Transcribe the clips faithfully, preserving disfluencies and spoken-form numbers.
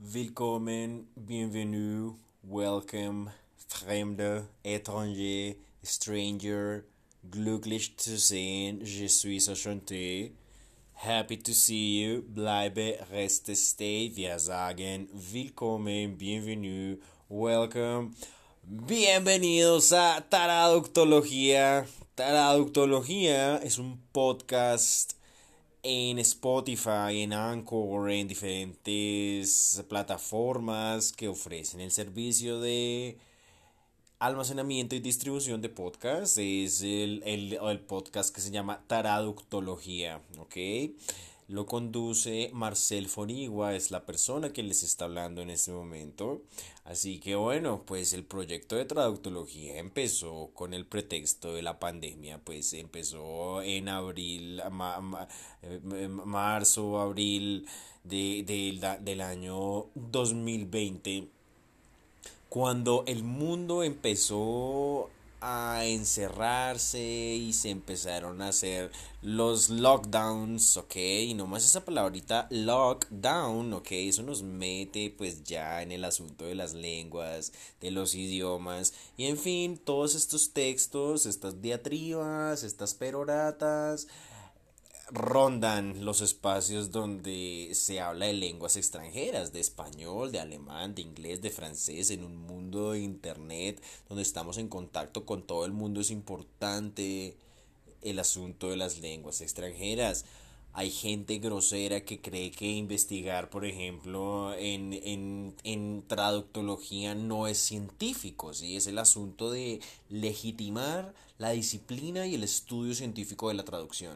Willkommen, bienvenue, welcome, Fremde, étranger, stranger, glücklich zu sehen, je suis enchanté, happy to see you, bleibe, reste, stay, wir sagen willkommen, bienvenue, welcome, bienvenidos a Taraductología. Taraductología es un podcast en Spotify, en Anchor, en diferentes plataformas que ofrecen el servicio de almacenamiento y distribución de podcasts. Es el, el, el podcast que se llama Taraductología, ¿ok? Lo conduce Marcel Fonigua, es la persona que les está hablando en este momento. Así que bueno, pues el proyecto de traductología empezó con el pretexto de la pandemia. Pues empezó en abril, ma, ma, eh, marzo, abril de, de, del año dos mil veinte. Cuando el mundo empezó a encerrarse y se empezaron a hacer los lockdowns, ok, y nomás esa palabrita lockdown, ok, eso nos mete pues ya en el asunto de las lenguas, de los idiomas, y en fin, todos estos textos, estas diatribas, estas peroratas, rondan los espacios donde se habla de lenguas extranjeras, de español, de alemán, de inglés, de francés, en un mundo de internet donde estamos en contacto con todo el mundo. Es importante el asunto de las lenguas extranjeras. Hay gente grosera que cree que investigar, por ejemplo, en, en, en traductología no es científico, ¿sí? Es el asunto de legitimar la disciplina y el estudio científico de la traducción.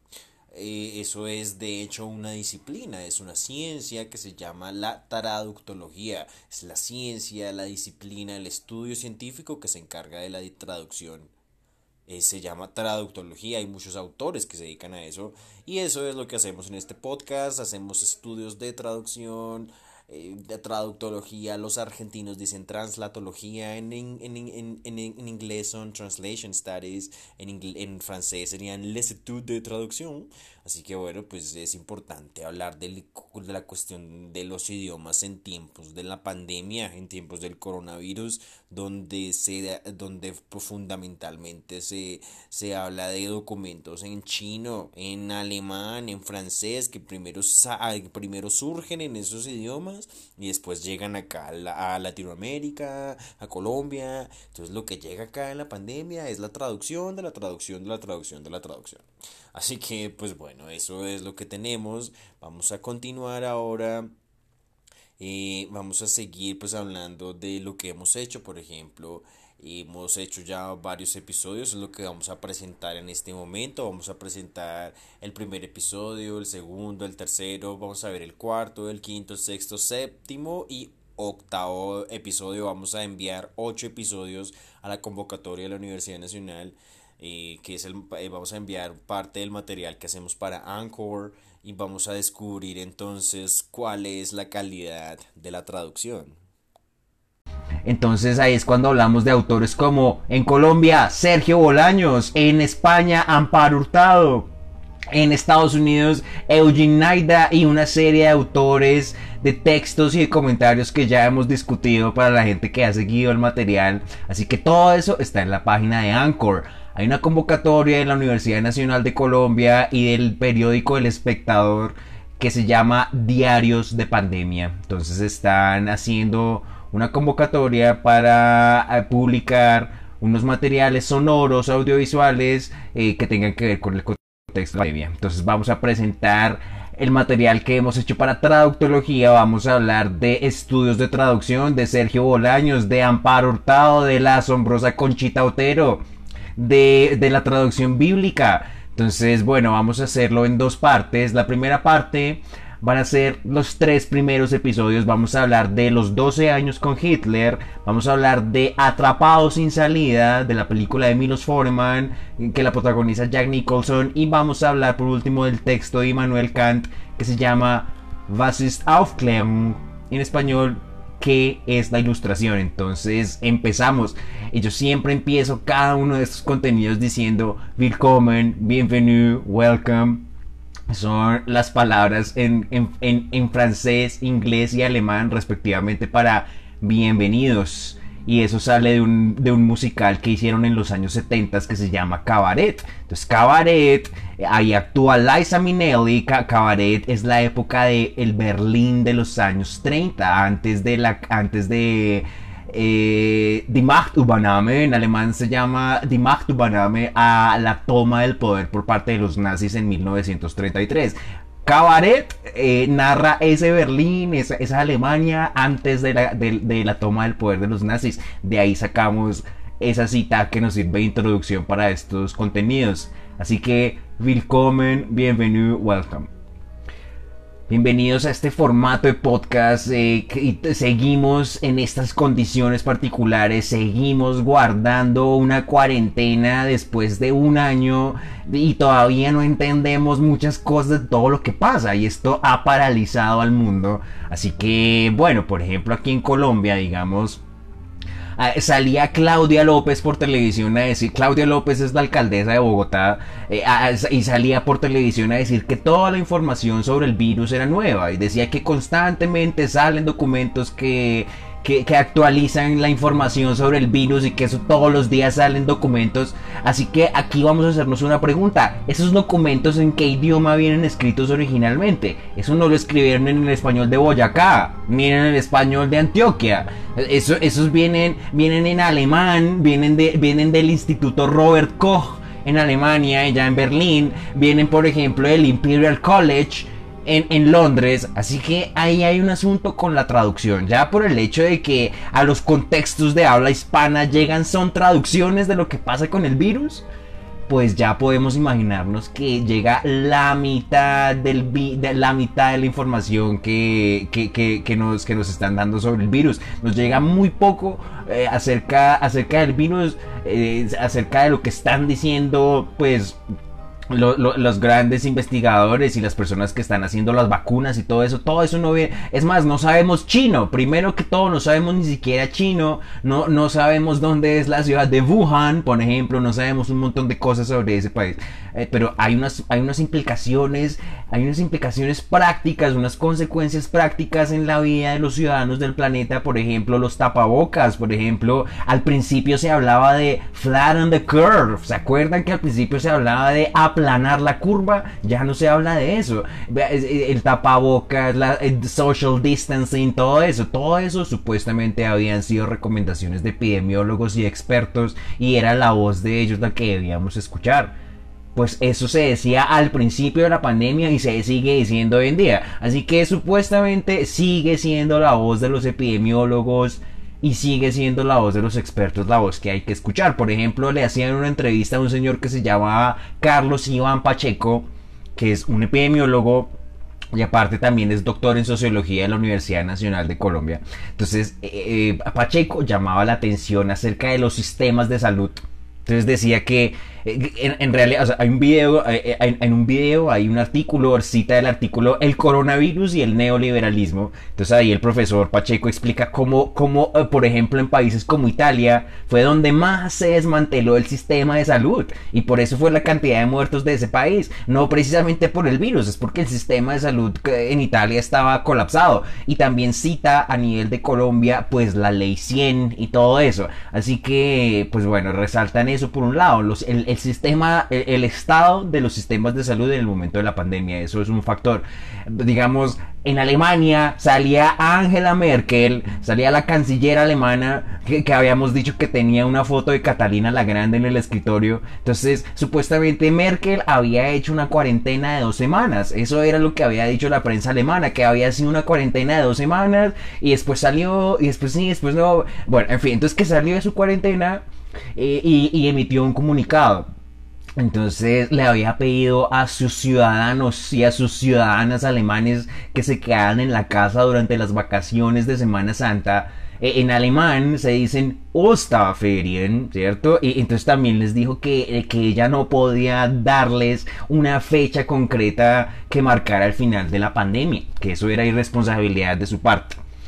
Eh, eso es de hecho una disciplina, es una ciencia que se llama la traductología. Es la ciencia, la disciplina, el estudio científico que se encarga de la traducción. Eh, se llama traductología, hay muchos autores que se dedican a eso y eso es lo que hacemos en este podcast. Hacemos estudios de traducción, eh, de traductología. Los argentinos dicen translatología, en, en, en, en, en, en inglés son translation studies, en, ingl- en francés serían les études de traducción. Así que bueno, pues es importante hablar del, de la cuestión de los idiomas en tiempos de la pandemia, en tiempos del coronavirus, donde se donde fundamentalmente se, se habla de documentos en chino, en alemán, en francés, que primero, primero surgen en esos idiomas y después llegan acá a, la, a Latinoamérica, a Colombia. Entonces lo que llega acá en la pandemia es la traducción de la traducción de la traducción de la traducción. Así que pues bueno, eso es lo que tenemos. Vamos a continuar ahora. Eh, vamos a seguir pues hablando de lo que hemos hecho. Por ejemplo, hemos hecho ya varios episodios, es lo que vamos a presentar en este momento. Vamos a presentar el primer episodio, el segundo, el tercero, vamos a ver el cuarto, el quinto, el sexto, séptimo y octavo episodio. Vamos a enviar ocho episodios a la convocatoria de la Universidad Nacional, eh, que es el, eh, vamos a enviar parte del material que hacemos para Anchor y vamos a descubrir entonces cuál es la calidad de la traducción. Entonces ahí es cuando hablamos de autores como en Colombia Sergio Bolaños, en España Amparo Hurtado, en Estados Unidos Eugene Naida y una serie de autores de textos y de comentarios que ya hemos discutido para la gente que ha seguido el material. Así que todo eso está en la página de Anchor. Hay una convocatoria de la Universidad Nacional de Colombia y del periódico El Espectador que se llama Diarios de Pandemia. Entonces están haciendo una convocatoria para publicar unos materiales sonoros, audiovisuales eh, que tengan que ver con el contexto de la pandemia. Entonces vamos a presentar el material que hemos hecho para traductología. Vamos a hablar de estudios de traducción de Sergio Bolaños, de Amparo Hurtado, de la asombrosa Conchita Otero, de, de la traducción bíblica. Entonces, bueno, vamos a hacerlo en dos partes. La primera parte van a ser los tres primeros episodios. Vamos a hablar de los doce años con Hitler. Vamos a hablar de Atrapado sin salida, de la película de Milos Forman, que la protagoniza Jack Nicholson. Y vamos a hablar por último del texto de Immanuel Kant, que se llama Was ist Aufklärung? En español, ¿qué es la ilustración? Entonces empezamos. Y yo siempre empiezo cada uno de estos contenidos diciendo Willkommen, bienvenue, welcome. son las palabras en, en, en, en francés, inglés y alemán respectivamente para bienvenidos. Y eso sale de un, de un musical que hicieron en los años setenta que se llama Cabaret. Entonces Cabaret, ahí actúa Liza Minnelli. Cabaret es la época del de Berlín de los años treinta, antes de la antes de eh, Die Machtübernahme, en alemán se llama Die Machtübernahme, a la toma del poder por parte de los nazis en mil novecientos treinta y tres. Cabaret eh, narra ese Berlín, esa, esa Alemania antes de la, de, de la toma del poder de los nazis. De ahí sacamos esa cita que nos sirve de introducción para estos contenidos. Así que, willkommen, bienvenue, welcome. Bienvenidos a este formato de podcast. Eh, que seguimos en estas condiciones particulares, seguimos guardando una cuarentena después de un año y todavía no entendemos muchas cosas de todo lo que pasa, y esto ha paralizado al mundo. Así que, bueno, por ejemplo, aquí en Colombia, digamos, salía Claudia López por televisión a decir, Claudia López es la alcaldesa de Bogotá, eh, a, y salía por televisión a decir que toda la información sobre el virus era nueva, y decía que constantemente salen documentos que, que, que actualizan la información sobre el virus, y que eso todos los días salen documentos. Así que aquí vamos a hacernos una pregunta: ¿esos documentos en qué idioma vienen escritos originalmente? Eso no lo escribieron en el español de Boyacá, ni en el español de Antioquia. Eso, esos vienen, vienen en alemán, vienen, de, vienen del Instituto Robert Koch en Alemania, allá en Berlín, vienen por ejemplo del Imperial College en, en Londres. Así que ahí hay un asunto con la traducción, ya por el hecho de que a los contextos de habla hispana llegan son traducciones de lo que pasa con el virus. Pues ya podemos imaginarnos que llega la mitad del vi de la mitad de la información que, que, que, que, nos, que nos están dando sobre el virus. Nos llega muy poco eh, acerca, acerca del virus, eh, acerca de lo que están diciendo, pues, Lo, lo, los grandes investigadores y las personas que están haciendo las vacunas y todo eso. Todo eso no viene. Es más, no sabemos chino. Primero que todo, no sabemos ni siquiera chino. No, no sabemos dónde es la ciudad de Wuhan, por ejemplo. No sabemos un montón de cosas sobre ese país. Eh, pero hay unas, hay unas implicaciones, hay unas implicaciones prácticas, unas consecuencias prácticas en la vida de los ciudadanos del planeta. Por ejemplo, los tapabocas. Por ejemplo, al principio se hablaba de flatten the curve. ¿Se acuerdan que al principio se hablaba de aplanar la curva? Ya no se habla de eso. El tapabocas, la, el social distancing, todo eso, todo eso supuestamente habían sido recomendaciones de epidemiólogos y expertos, y era la voz de ellos la que debíamos escuchar. Pues eso se decía al principio de la pandemia y se sigue diciendo hoy en día. Así que supuestamente sigue siendo la voz de los epidemiólogos y sigue siendo la voz de los expertos, la voz que hay que escuchar. Por ejemplo, le hacían una entrevista a un señor que se llamaba Carlos Iván Pacheco, que es un epidemiólogo y aparte también es doctor en sociología de la Universidad Nacional de Colombia. Entonces eh, Pacheco llamaba la atención acerca de los sistemas de salud. Entonces decía que en, en realidad, o sea, hay un video, en, en un video hay un artículo, cita el artículo El coronavirus y el neoliberalismo. Entonces ahí el profesor Pacheco explica cómo, cómo, por ejemplo, en países como Italia fue donde más se desmanteló el sistema de salud, y por eso fue la cantidad de muertos de ese país, no precisamente por el virus, es porque el sistema de salud en Italia estaba colapsado. Y también cita a nivel de Colombia, pues la ley cien y todo eso. Así que, pues bueno, resaltan eso por un lado, los, el, el sistema, el, el estado de los sistemas de salud en el momento de la pandemia. Eso es un factor. Digamos, en Alemania salía Angela Merkel, salía la canciller alemana, que, que habíamos dicho que tenía una foto de Catalina la Grande en el escritorio. Entonces, supuestamente Merkel había hecho una cuarentena de dos semanas. Eso era lo que había dicho la prensa alemana, que había sido una cuarentena de dos semanas, y después salió, y después sí, después no. Bueno, en fin, entonces que salió de su cuarentena eh, y, y emitió un comunicado. Entonces le había pedido a sus ciudadanos y a sus ciudadanas alemanes que se quedaran en la casa durante las vacaciones de Semana Santa. En alemán se dicen Osterferien, ¿cierto? Y entonces también les dijo que, que ella no podía darles una fecha concreta que marcara el final de la pandemia, que eso era irresponsabilidad de su parte.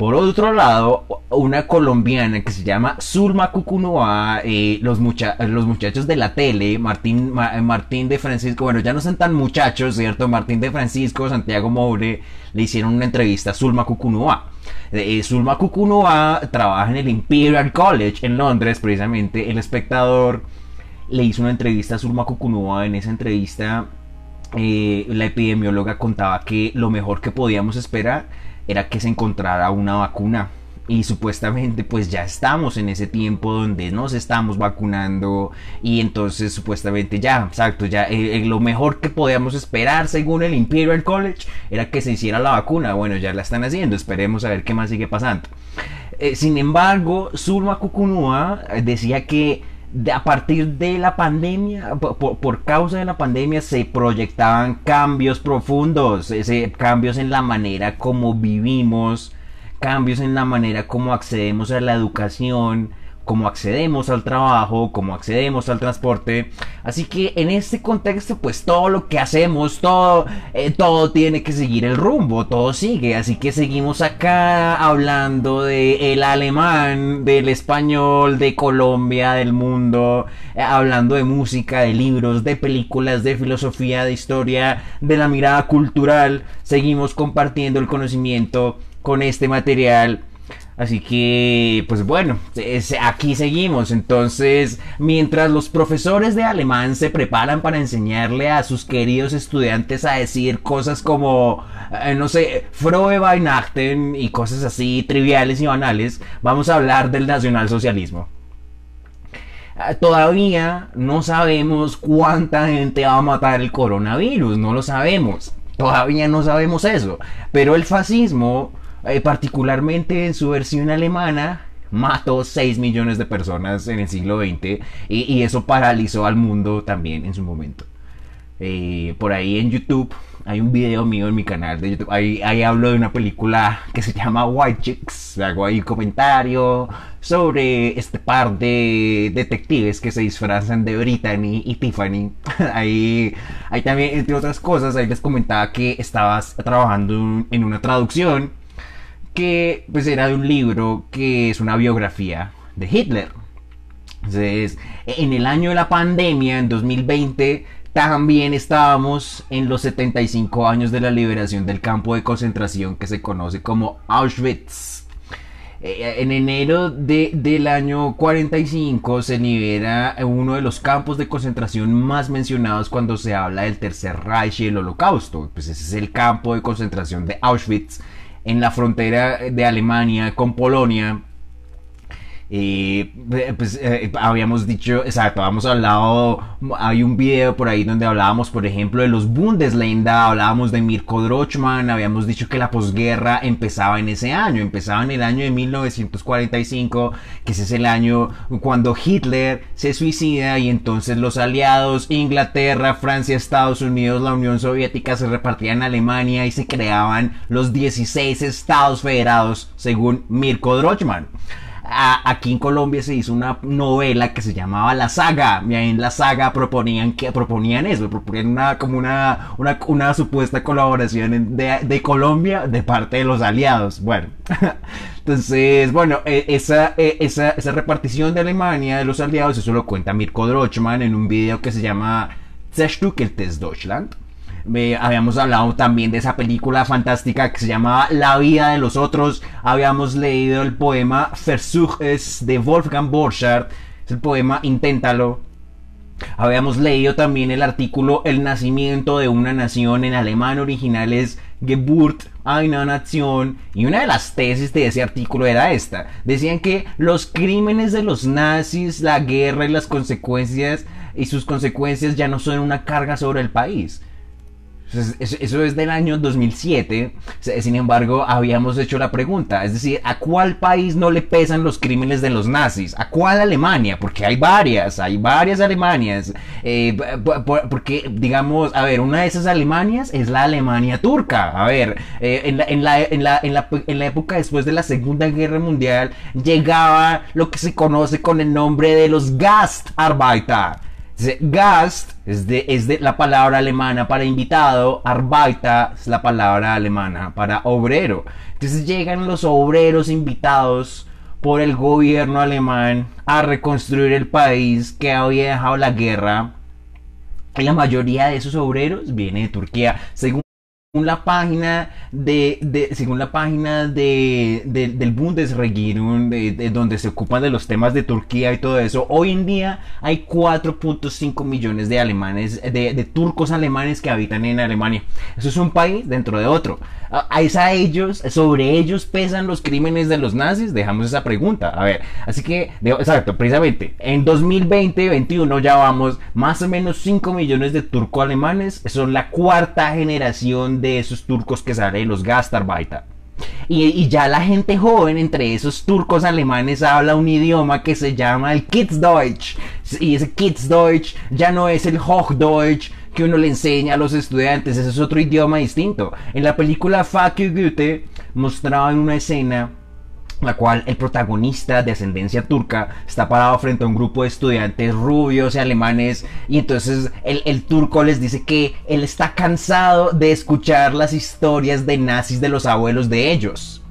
Por otro lado, una colombiana que se llama Zulma Cucunua, eh, los, mucha los muchachos de la tele, Martín, Ma Martín de Francisco, bueno, ya no son tan muchachos, ¿cierto? Martín de Francisco, Santiago Moure, le hicieron una entrevista a Zulma Cucunua. Eh, Zulma Cucunua trabaja en el Imperial College en Londres, precisamente. El Espectador le hizo una entrevista a Zulma Cucunua. En esa entrevista, eh, la epidemióloga contaba que lo mejor que podíamos esperar era que se encontrara una vacuna, y supuestamente pues ya estamos en ese tiempo donde nos estamos vacunando, y entonces supuestamente ya, exacto, ya eh, eh, lo mejor que podíamos esperar según el Imperial College era que se hiciera la vacuna. Bueno, ya la están haciendo, esperemos a ver qué más sigue pasando. Eh, sin embargo, Zulma Cucunua decía que De, a partir de la pandemia, por, por causa de la pandemia, se proyectaban cambios profundos, ese, cambios en la manera como vivimos, cambios en la manera como accedemos a la educación, cómo accedemos al trabajo, cómo accedemos al transporte. Así que en este contexto, pues todo lo que hacemos, todo, eh, todo tiene que seguir el rumbo, todo sigue. Así que seguimos acá hablando de el alemán, del español, de Colombia, del mundo, eh, hablando de música, de libros, de películas, de filosofía, de historia, de la mirada cultural. Seguimos compartiendo el conocimiento con este material. Así que, pues bueno, es, aquí seguimos. Entonces, mientras los profesores de alemán se preparan para enseñarle a sus queridos estudiantes a decir cosas como, eh, no sé, Frohe Weihnachten y cosas así triviales y banales, vamos a hablar del nacionalsocialismo. Todavía no sabemos cuánta gente va a matar el coronavirus, no lo sabemos. Todavía no sabemos eso. Pero el fascismo, Eh, particularmente en su versión alemana, mató seis millones de personas en el siglo veinte, y, y eso paralizó al mundo también en su momento. Eh, por ahí en YouTube hay un video mío en mi canal de YouTube, ahí, ahí hablo de una película que se llama White Chicks, hago ahí un comentario sobre este par de detectives que se disfrazan de Brittany y Tiffany. ahí, ahí también, entre otras cosas, ahí les comentaba que estabas trabajando en una traducción que pues era de un libro que es una biografía de Hitler. Entonces, en el año de la pandemia, en dos mil veinte, también estábamos en los setenta y cinco años de la liberación del campo de concentración que se conoce como Auschwitz. En enero de, del año cuarenta y cinco se libera uno de los campos de concentración más mencionados cuando se habla del Tercer Reich y el Holocausto. Pues ese es el campo de concentración de Auschwitz, en la frontera de Alemania con Polonia. Eh, pues eh, habíamos dicho, exacto, habíamos hablado, hay un video por ahí donde hablábamos, por ejemplo, de los Bundesländer, hablábamos de Mirko Drochman, habíamos dicho que la posguerra empezaba en ese año, empezaba en el año de mil novecientos cuarenta y cinco, que ese es el año cuando Hitler se suicida, y entonces los aliados, Inglaterra, Francia, Estados Unidos, la Unión Soviética, se repartían en Alemania y se creaban los dieciséis estados federados, según Mirko Drochman. Aquí en Colombia se hizo una novela que se llamaba La Saga, y en La Saga proponían que proponían eso, proponían una como una, una, una supuesta colaboración de, de Colombia de parte de los aliados. Bueno, entonces, bueno, esa, esa, esa repartición de Alemania, de los aliados, eso lo cuenta Mirko Drochman en un video que se llama Zerstückeltes Deutschland. Eh, habíamos hablado también de esa película fantástica que se llama La vida de los otros. Habíamos leído el poema Versuch es de Wolfgang Borchardt, es el poema Inténtalo. Habíamos leído también el artículo El nacimiento de una nación, en alemán original es Geburt einer Nation, y una de las tesis de ese artículo era esta. Decían que los crímenes de los nazis, la guerra y las consecuencias y sus consecuencias ya no son una carga sobre el país. Eso es del año dos mil siete. Sin embargo, habíamos hecho la pregunta, es decir, ¿a cuál país no le pesan los crímenes de los nazis? ¿A cuál Alemania? Porque hay varias, hay varias Alemanias. Eh, porque, digamos, a ver, una de esas Alemanias es la Alemania turca. A ver, eh, en, la, en, la, en, la, en, la, en la época después de la Segunda Guerra Mundial llegaba lo que se conoce con el nombre de los Gastarbeiter. Gast es de, es de la palabra alemana para invitado, Arbeiter es la palabra alemana para obrero. Entonces llegan los obreros invitados por el gobierno alemán a reconstruir el país que había dejado la guerra. Y la mayoría de esos obreros viene de Turquía. Según la página de, de según la página de, de del Bundesregierung, de, de donde se ocupan de los temas de Turquía y todo eso, hoy en día hay cuatro punto cinco millones de alemanes, de, de turcos alemanes que habitan en Alemania. Eso es un país dentro de otro. A, es a ellos, sobre ellos pesan los crímenes de los nazis. Dejamos esa pregunta. A ver, así que, de, exacto, precisamente, en dos mil veinte veintiuno ya vamos más o menos cinco millones de turco alemanes. Son la cuarta generación de esos turcos que salen, los Gastarbeiter. Y, y ya la gente joven entre esos turcos alemanes habla un idioma que se llama el Kitzdeutsch. Y ese Kitzdeutsch ya no es el Hochdeutsch que uno le enseña a los estudiantes, ese es otro idioma distinto. En la película Fuck You Goethe mostraban una escena la cual el protagonista de ascendencia turca está parado frente a un grupo de estudiantes rubios y alemanes, y entonces el, el turco les dice que él está cansado de escuchar las historias de nazis de los abuelos de ellos.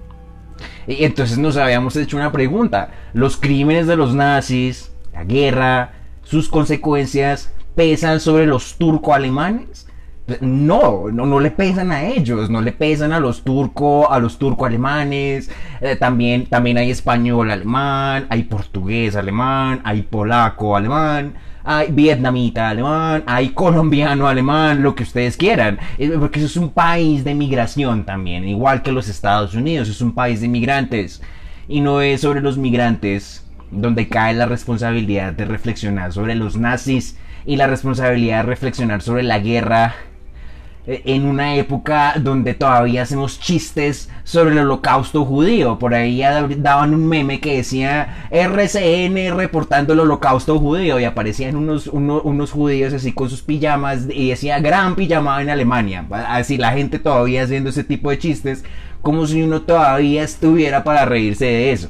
Y entonces nos habíamos hecho una pregunta: los crímenes de los nazis, la guerra, sus consecuencias, ¿pesan sobre los turco-alemanes? No, no, no le pesan a ellos, no le pesan a los turco, a los turco-alemanes. Eh, también, también hay español-alemán, hay portugués-alemán, hay polaco-alemán, hay vietnamita-alemán, hay colombiano-alemán, lo que ustedes quieran. Eh, porque eso es un país de migración también, igual que los Estados Unidos, es un país de migrantes. Y no es sobre los migrantes donde cae la responsabilidad de reflexionar sobre los nazis y la responsabilidad de reflexionar sobre la guerra en una época donde todavía hacemos chistes sobre el holocausto judío. Por ahí daban un meme que decía R C N reportando el holocausto judío, y aparecían unos, unos, unos judíos así con sus pijamas y decía gran pijamada en Alemania. Así la gente todavía haciendo ese tipo de chistes, como si uno todavía estuviera para reírse de eso.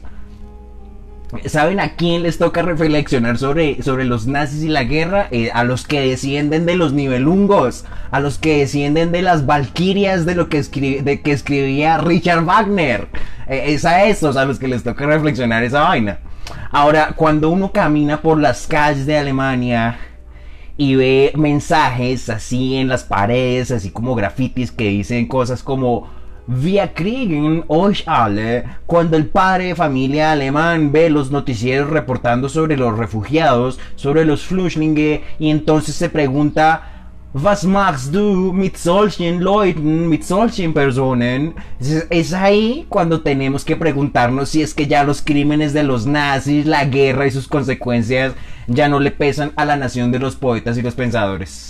¿Saben a quién les toca reflexionar sobre, sobre los nazis y la guerra? Eh, a los que descienden de los nivelungos, a los que descienden de las valquirias de lo que, escri de que escribía Richard Wagner. Eh, es a esos a los que les toca reflexionar esa vaina. Ahora, cuando uno camina por las calles de Alemania y ve mensajes así en las paredes, así como grafitis que dicen cosas como Wir kriegen euch alle, cuando el padre de familia alemán ve los noticieros reportando sobre los refugiados, sobre los Flüchtlinge, y entonces se pregunta: Was machst du mit solchen Leuten, mit solchen Personen? Es, es ahí cuando tenemos que preguntarnos si es que ya los crímenes de los nazis, la guerra y sus consecuencias ya no le pesan a la nación de los poetas y los pensadores.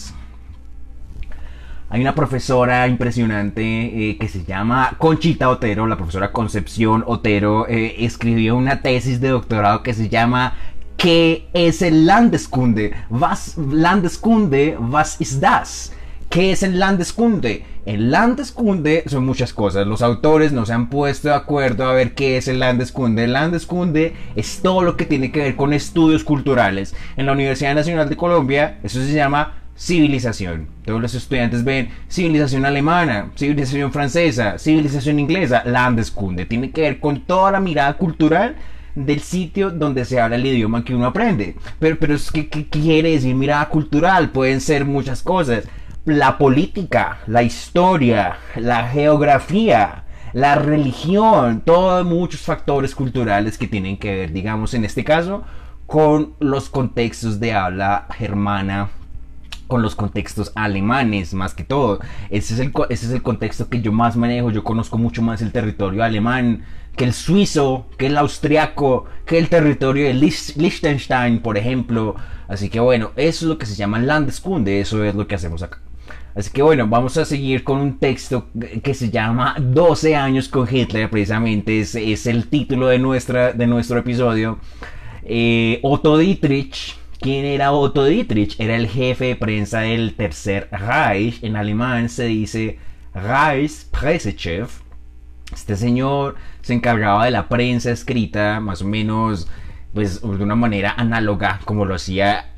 Hay una profesora impresionante eh, que se llama Conchita Otero, la profesora Concepción Otero, eh, escribió una tesis de doctorado que se llama ¿Qué es el Landeskunde? Was Landeskunde, was ist das? ¿Qué es el Landeskunde? El Landeskunde son muchas cosas. Los autores no se han puesto de acuerdo a ver qué es el Landeskunde. El Landeskunde es todo lo que tiene que ver con estudios culturales. En la Universidad Nacional de Colombia eso se llama civilización. Todos los estudiantes ven civilización alemana, civilización francesa, civilización inglesa. Landeskunde tiene que ver con toda la mirada cultural del sitio donde se habla el idioma que uno aprende. Pero, pero es que, ¿qué quiere decir mirada cultural? Pueden ser muchas cosas: la política, la historia, la geografía, la religión, todos muchos factores culturales que tienen que ver, digamos en este caso, con los contextos de habla germana, con los contextos alemanes más que todo. Ese es, el, ese es el contexto que yo más manejo. Yo conozco mucho más el territorio alemán que el suizo, que el austriaco, que el territorio de Liechtenstein, por ejemplo. Así que bueno, eso es lo que se llama Landeskunde, eso es lo que hacemos acá. Así que bueno, vamos a seguir con un texto que se llama doce años con Hitler, precisamente es, es el título de, nuestra, de nuestro episodio. Eh, Otto Dietrich. ¿Quién era Otto Dietrich? Era el jefe de prensa del Tercer Reich. En alemán se dice Reichspressechef. Este señor se encargaba de la prensa escrita, más o menos pues de una manera análoga como lo hacía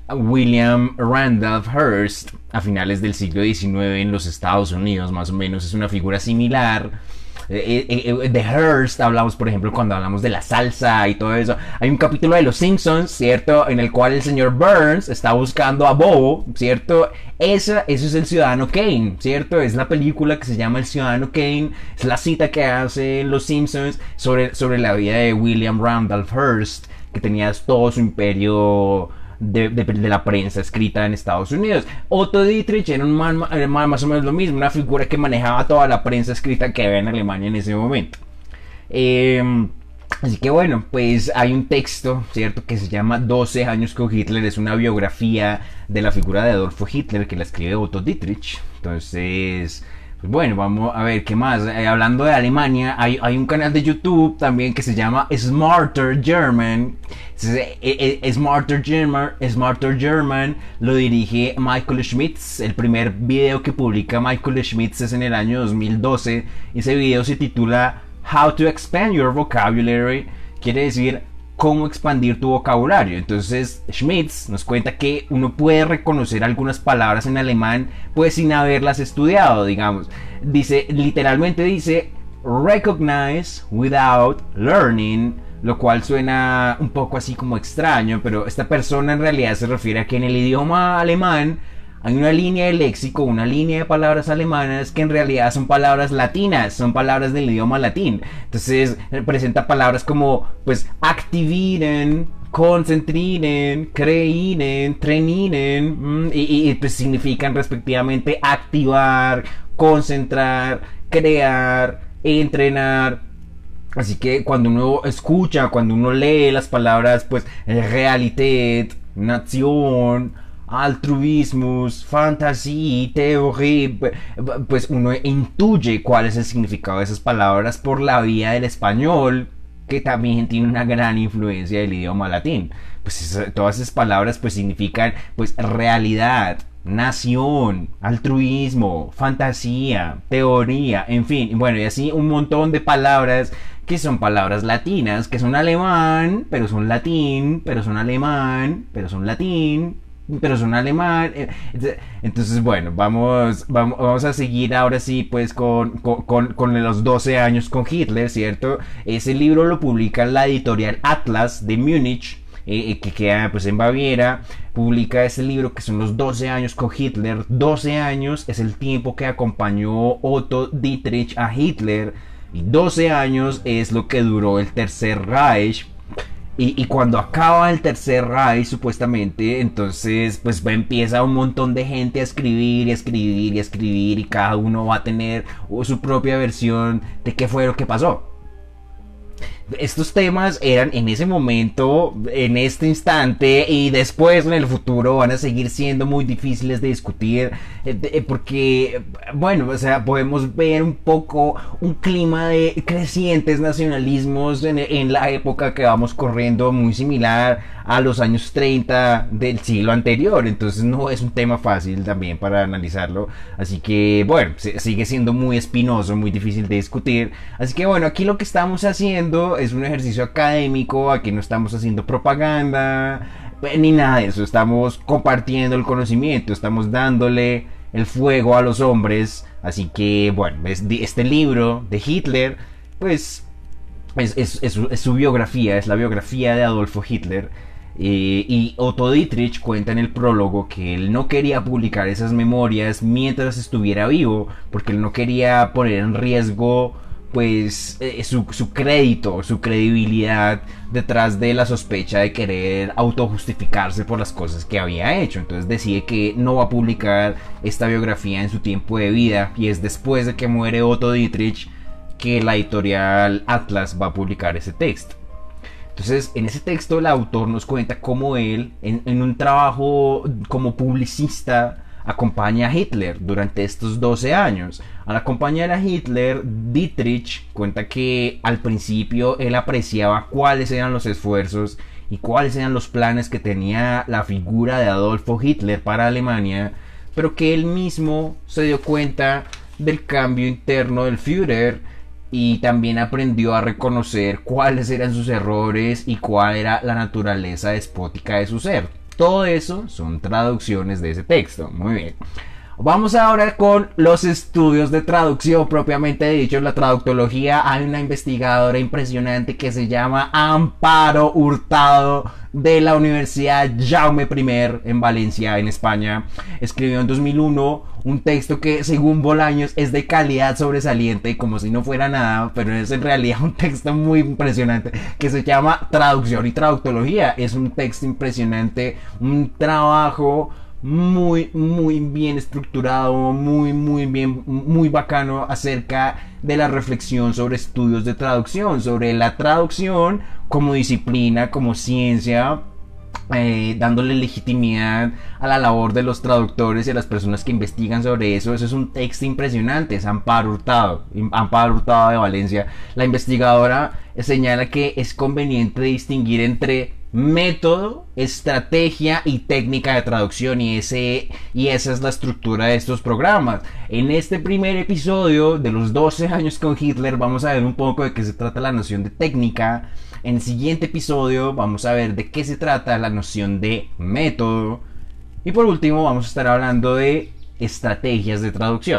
William Randolph Hearst a finales del siglo diecinueve en los Estados Unidos, más o menos. Es una figura similar. Eh, eh, de Hearst hablamos, por ejemplo, cuando hablamos de la salsa y todo eso. Hay un capítulo de Los Simpsons, ¿cierto?, en el cual el señor Burns está buscando a Bobo, ¿cierto? Esa, eso es el Ciudadano Kane, ¿cierto? Es la película que se llama El Ciudadano Kane. Es la cita que hace en Los Simpsons sobre, sobre la vida de William Randolph Hearst, que tenía todo su imperio De, de, de la prensa escrita en Estados Unidos. Otto Dietrich era un man, man más o menos lo mismo, una figura que manejaba toda la prensa escrita que había en Alemania en ese momento. Eh, así que bueno, pues hay un texto, ¿cierto?, que se llama doce años con Hitler. Es una biografía de la figura de Adolfo Hitler que la escribe Otto Dietrich. Entonces, pues bueno, vamos a ver qué más. Eh, hablando de Alemania, hay, hay un canal de YouTube también que se llama Smarter German. Eh, eh, Smarter German, Smarter German lo dirige Michael Schmitz. El primer video que publica Michael Schmitz es en el año dos mil doce. Ese video se titula How to Expand Your Vocabulary. Quiere decir cómo expandir tu vocabulario. Entonces Schmitz nos cuenta que uno puede reconocer algunas palabras en alemán pues sin haberlas estudiado, digamos. Dice, literalmente dice recognize without learning, lo cual suena un poco así como extraño, pero esta persona en realidad se refiere a que en el idioma alemán hay una línea de léxico, una línea de palabras alemanas que en realidad son palabras latinas, son palabras del idioma latín. Entonces presenta palabras como pues aktivieren, konzentrieren, kreieren, trainieren, y, y pues significan respectivamente activar, concentrar, crear, entrenar. Así que cuando uno escucha, cuando uno lee las palabras pues Realität, Nation, altruismus, fantasía, teoría, pues uno intuye cuál es el significado de esas palabras por la vía del español, que también tiene una gran influencia del idioma latín. Pues todas esas palabras pues significan pues realidad, nación, altruismo, fantasía, teoría, en fin, bueno, y así un montón de palabras que son palabras latinas, que son alemán, pero son latín, pero son alemán, pero son latín, pero son alemán. Entonces bueno, vamos, vamos, vamos a seguir ahora sí pues con, con, con los doce años con Hitler, ¿cierto? Ese libro lo publica la editorial Atlas de Múnich, eh, que queda pues en Baviera. Publica ese libro que son los doce años con Hitler. doce años es el tiempo que acompañó Otto Dietrich a Hitler, y doce años es lo que duró el Tercer Reich. Y, y cuando acaba el Tercer Reich, supuestamente, entonces pues va, empieza un montón de gente a escribir y a escribir y a escribir, y cada uno va a tener su propia versión de qué fue lo que pasó. Estos temas eran en ese momento, en este instante, y después en el futuro van a seguir siendo muy difíciles de discutir, eh, porque, bueno, o sea, podemos ver un poco un clima de crecientes nacionalismos en, en la época que vamos corriendo, muy similar a los años treinta del siglo anterior. Entonces no es un tema fácil también para analizarlo, así que bueno, sigue siendo muy espinoso, muy difícil de discutir. Así que bueno, aquí lo que estamos haciendo es un ejercicio académico. Aquí no estamos haciendo propaganda ni nada de eso, estamos compartiendo el conocimiento, estamos dándole el fuego a los hombres. Así que bueno, este libro de Hitler pues es, es, es, es su biografía, es la biografía de Adolfo Hitler. Eh, y Otto Dietrich cuenta en el prólogo que él no quería publicar esas memorias mientras estuviera vivo, porque él no quería poner en riesgo pues eh, su, su crédito, su credibilidad detrás de la sospecha de querer autojustificarse por las cosas que había hecho. Entonces decide que no va a publicar esta biografía en su tiempo de vida, y es después de que muere Otto Dietrich que la editorial Atlas va a publicar ese texto. Entonces, en ese texto el autor nos cuenta cómo él, en, en un trabajo como publicista, acompaña a Hitler durante estos doce años. Al acompañar a Hitler, Dietrich cuenta que al principio él apreciaba cuáles eran los esfuerzos y cuáles eran los planes que tenía la figura de Adolfo Hitler para Alemania, pero que él mismo se dio cuenta del cambio interno del Führer, y también aprendió a reconocer cuáles eran sus errores y cuál era la naturaleza despótica de su ser. Todo eso son traducciones de ese texto. Muy bien. Vamos ahora con los estudios de traducción propiamente dicho, la traductología. Hay una investigadora impresionante que se llama Amparo Hurtado de la Universidad Jaume primero en Valencia, en España. Escribió en dos mil uno un texto que según Bolaños es de calidad sobresaliente, como si no fuera nada, pero es en realidad un texto muy impresionante que se llama Traducción y Traductología. Es un texto impresionante, un trabajo muy muy bien estructurado, muy muy bien, muy bacano acerca de la reflexión sobre estudios de traducción, sobre la traducción como disciplina, como ciencia, eh, dándole legitimidad a la labor de los traductores y a las personas que investigan sobre eso. Eso es un texto impresionante. Es Amparo Hurtado, Amparo Hurtado de Valencia. La investigadora señala que es conveniente distinguir entre método, estrategia y técnica de traducción, y ese y esa es la estructura de estos programas. En este primer episodio de los doce años con Hitler vamos a ver un poco de qué se trata la noción de técnica. En el siguiente episodio vamos a ver de qué se trata la noción de método, y por último vamos a estar hablando de estrategias de traducción.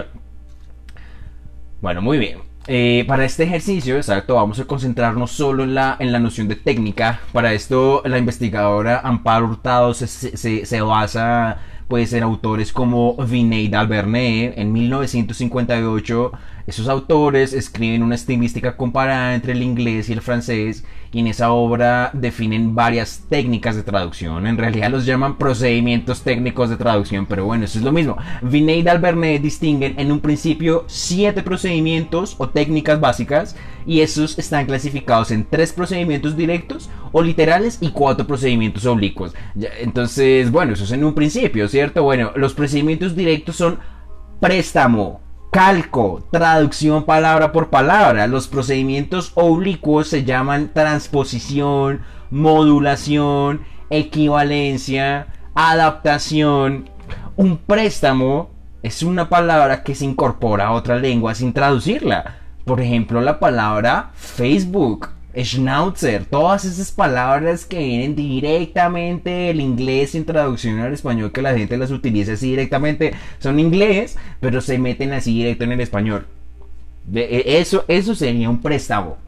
Bueno, muy bien. Eh, para este ejercicio, exacto, vamos a concentrarnos solo en la, en la noción de técnica. Para esto, la investigadora Amparo Hurtado se, se, se basa pues, en autores como Vinay Dalbernet. En mil novecientos cincuenta y ocho, esos autores escriben una estilística comparada entre el inglés y el francés, y en esa obra definen varias técnicas de traducción. En realidad los llaman procedimientos técnicos de traducción, pero bueno, eso es lo mismo. Vinay y Dalbernet distinguen en un principio siete procedimientos o técnicas básicas, y esos están clasificados en tres procedimientos directos o literales y cuatro procedimientos oblicuos. Entonces, bueno, eso es en un principio, ¿cierto? Bueno, los procedimientos directos son préstamo, calco, traducción palabra por palabra. Los procedimientos oblicuos se llaman transposición, modulación, equivalencia, adaptación. Un préstamo es una palabra que se incorpora a otra lengua sin traducirla. Por ejemplo, la palabra Facebook, Schnauzer, todas esas palabras que vienen directamente del inglés sin traducción al español, que la gente las utiliza así directamente, son inglés, pero se meten así directo en el español. Eso, eso sería un préstamo.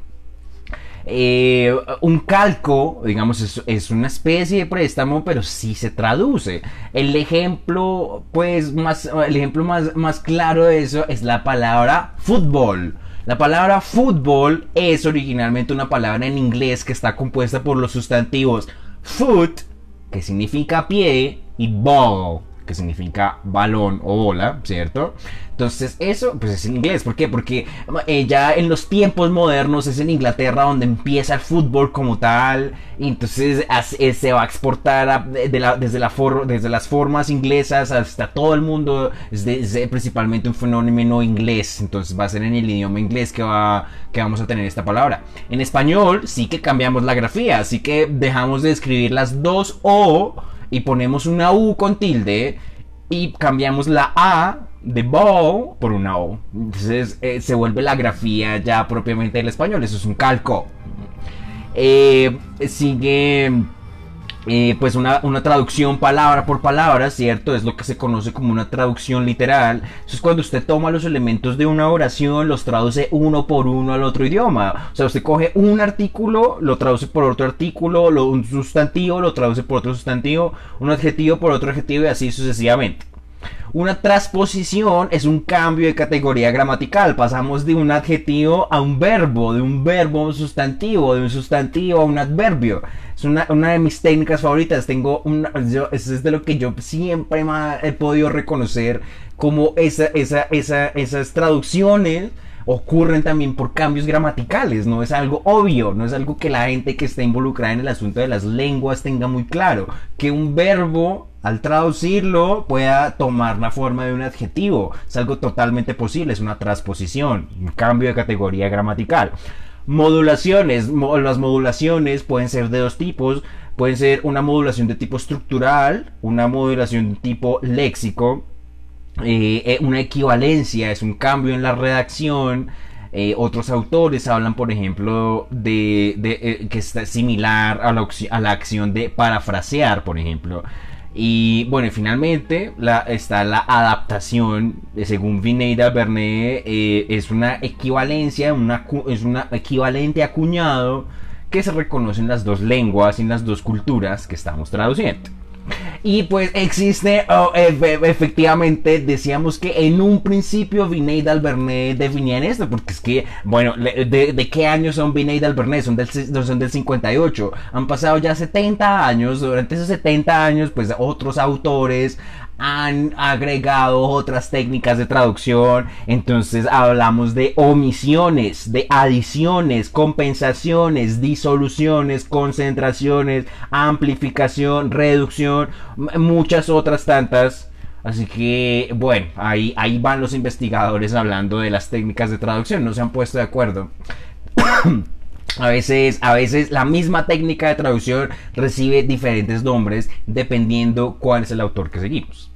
Eh, un calco, digamos, es, es una especie de préstamo, pero sí se traduce. El ejemplo, pues, más, el ejemplo más, más claro de eso es la palabra fútbol. La palabra fútbol es originalmente una palabra en inglés que está compuesta por los sustantivos foot, que significa pie, y ball, que significa balón o bola, ¿cierto? Entonces eso pues es en inglés. ¿Por qué? Porque eh, ya en los tiempos modernos es en Inglaterra donde empieza el fútbol como tal, y entonces eh, se va a exportar a, de la, desde, la for, desde las formas inglesas hasta todo el mundo. Es, de, es de, principalmente un fenómeno inglés, entonces va a ser en el idioma inglés que, va, que vamos a tener esta palabra. En español sí que cambiamos la grafía, así que dejamos de escribir las dos O y ponemos una U con tilde y cambiamos la A de ball por una O. Entonces eh, se vuelve la grafía ya propiamente del español. Eso es un calco. Eh, sigue eh, pues una, una traducción palabra por palabra, ¿cierto? Es lo que se conoce como una traducción literal. Eso es cuando usted toma los elementos de una oración, los traduce uno por uno al otro idioma. O sea, usted coge un artículo, lo traduce por otro artículo, lo, un sustantivo lo traduce por otro sustantivo, un adjetivo por otro adjetivo, y así sucesivamente. Una transposición es un cambio de categoría gramatical. Pasamos de un adjetivo a un verbo, de un verbo a un sustantivo, de un sustantivo a un adverbio. Es una, una de mis técnicas favoritas. Tengo una, yo, eso es de lo que yo siempre más he podido reconocer, como esa, esa, esa, esas traducciones ocurren también por cambios gramaticales. No es algo obvio, no es algo que la gente que está involucrada en el asunto de las lenguas tenga muy claro, que un verbo al traducirlo pueda tomar la forma de un adjetivo. Es algo totalmente posible, es una transposición, un cambio de categoría gramatical. Modulaciones, las modulaciones pueden ser de dos tipos. Pueden ser una modulación de tipo estructural, una modulación de tipo léxico. Eh, una equivalencia es un cambio en la redacción. Eh, otros autores hablan, por ejemplo, de, de eh, que es similar a la, a la acción de parafrasear, por ejemplo. Y bueno, finalmente la, está la adaptación, según Vinay d'Albernay, eh, es una equivalencia, una, es una equivalente a cuñado que se reconoce en las dos lenguas y en las dos culturas que estamos traduciendo. Y pues existe, oh, e- efectivamente, decíamos que en un principio Vinay d'Albernay definían esto, porque es que, bueno, ¿de, de qué años son Vinay d'Albernay? Son del, son del cincuenta y ocho, han pasado ya setenta años, durante esos setenta años, pues otros autores han agregado otras técnicas de traducción. Entonces hablamos de omisiones, de adiciones, compensaciones, disoluciones, concentraciones, amplificación, reducción, muchas otras tantas. Así que bueno, ahí, ahí van los investigadores hablando de las técnicas de traducción, no se han puesto de acuerdo. A veces, a veces la misma técnica de traducción recibe diferentes nombres dependiendo cuál es el autor que seguimos.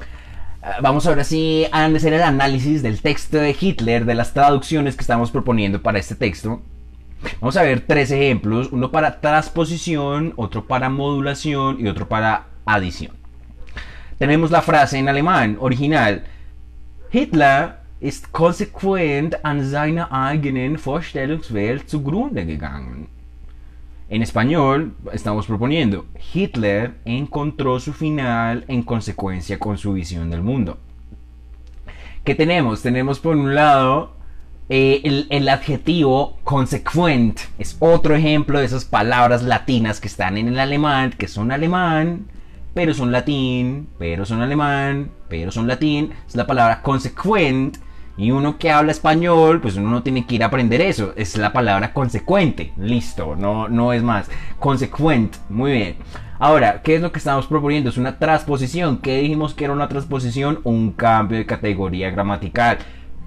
Vamos ahora sí a hacer el análisis del texto de Hitler, de las traducciones que estamos proponiendo para este texto. Vamos a ver tres ejemplos, uno para transposición, otro para modulación y otro para adición. Tenemos la frase en alemán original: Hitler ist konsequent an seiner eigenen Vorstellungswelt zugrunde gegangen. En español estamos proponiendo: Hitler encontró su final en consecuencia con su visión del mundo. ¿Qué tenemos? Tenemos por un lado eh, el, el adjetivo consequent. Es otro ejemplo de esas palabras latinas que están en el alemán, que son alemán, pero son latín, pero son alemán, pero son latín. Es la palabra consequent. Y uno que habla español, pues uno no tiene que ir a aprender eso. Es la palabra consecuente. Listo, no, no es más. Consequent, muy bien. Ahora, ¿qué es lo que estamos proponiendo? Es una transposición. ¿Qué dijimos que era una transposición? Un cambio de categoría gramatical.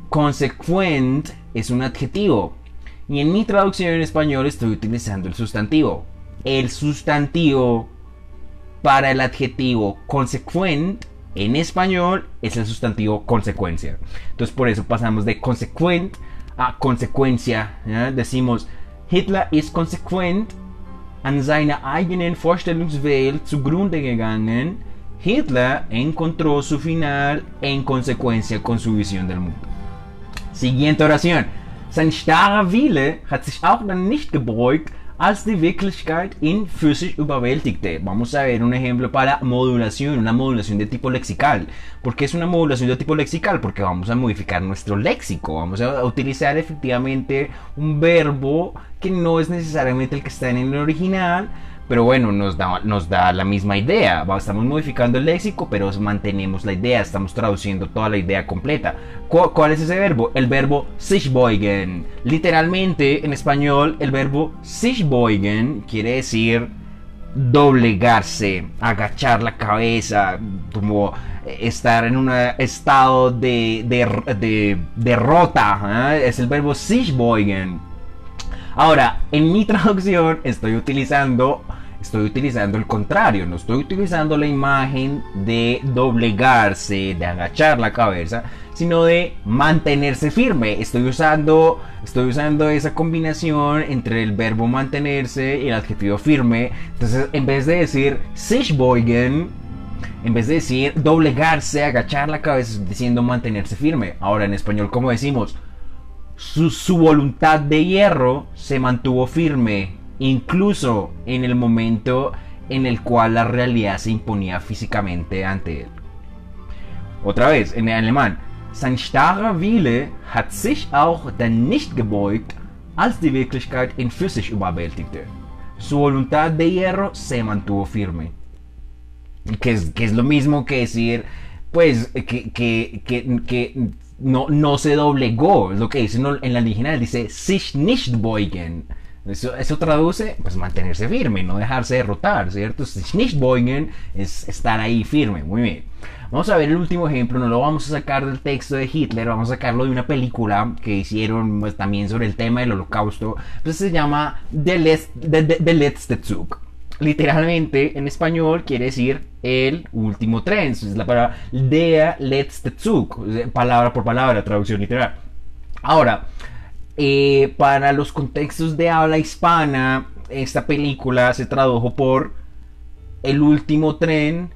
Consequent es un adjetivo. Y en mi traducción en español estoy utilizando el sustantivo. El sustantivo para el adjetivo consequent en español es el sustantivo consecuencia. Entonces por eso pasamos de consequent a consecuencia. ¿Ya? Decimos: Hitler ist konsequent an seiner eigenen Vorstellungswelt zugrunde gegangen. Hitler encontró su final en consecuencia con su visión del mundo. Siguiente oración: Sein starrer Wille hat sich auch dann nicht gebeugt, als die Wirklichkeit ihn physisch überwältigte. Vamos a ver un ejemplo para modulación, una modulación de tipo lexical. ¿Por qué es una modulación de tipo lexical? Porque vamos a modificar nuestro léxico. Vamos a utilizar efectivamente un verbo que no es necesariamente el que está en el original, pero bueno, nos da, nos da la misma idea. Estamos modificando el léxico, pero mantenemos la idea. Estamos traduciendo toda la idea completa. ¿Cu- ¿Cuál es ese verbo? El verbo sich beugen. Literalmente, en español, el verbo sich beugen quiere decir doblegarse, agachar la cabeza, como estar en un estado de, de, de derrota. ¿eh? Es el verbo sich beugen. Ahora, en mi traducción estoy utilizando, estoy utilizando el contrario. No estoy utilizando la imagen de doblegarse, de agachar la cabeza, sino de mantenerse firme. Estoy usando, estoy usando esa combinación entre el verbo mantenerse y el adjetivo firme. Entonces, en vez de decir sich beugen, en vez de decir doblegarse, agachar la cabeza, estoy diciendo mantenerse firme. Ahora, en español, ¿cómo decimos? Su, su voluntad de hierro se mantuvo firme, incluso en el momento en el cual la realidad se imponía físicamente ante él. Otra vez, en alemán: Sein starrer Wille hat sich auch dann nicht gebeugt, als die Wirklichkeit ihn physisch überwältigte. Su voluntad de hierro se mantuvo firme. Que es, que es lo mismo que decir, pues, que, que, que, que no, no se doblegó. Es lo que dice en la original, dice sich nicht beugen. Eso, eso traduce, pues, mantenerse firme, no dejarse derrotar, ¿cierto? Sich nicht beugen es estar ahí firme. Muy bien. Vamos a ver el último ejemplo. No lo vamos a sacar del texto de Hitler, vamos a sacarlo de una película que hicieron, pues, también sobre el tema del holocausto. Entonces se llama Der letzte Zug. Literalmente en español quiere decir el último tren. Es la palabra der letzte Zug, palabra por palabra, traducción literal. Ahora, Eh, para los contextos de habla hispana, esta película se tradujo por El último tren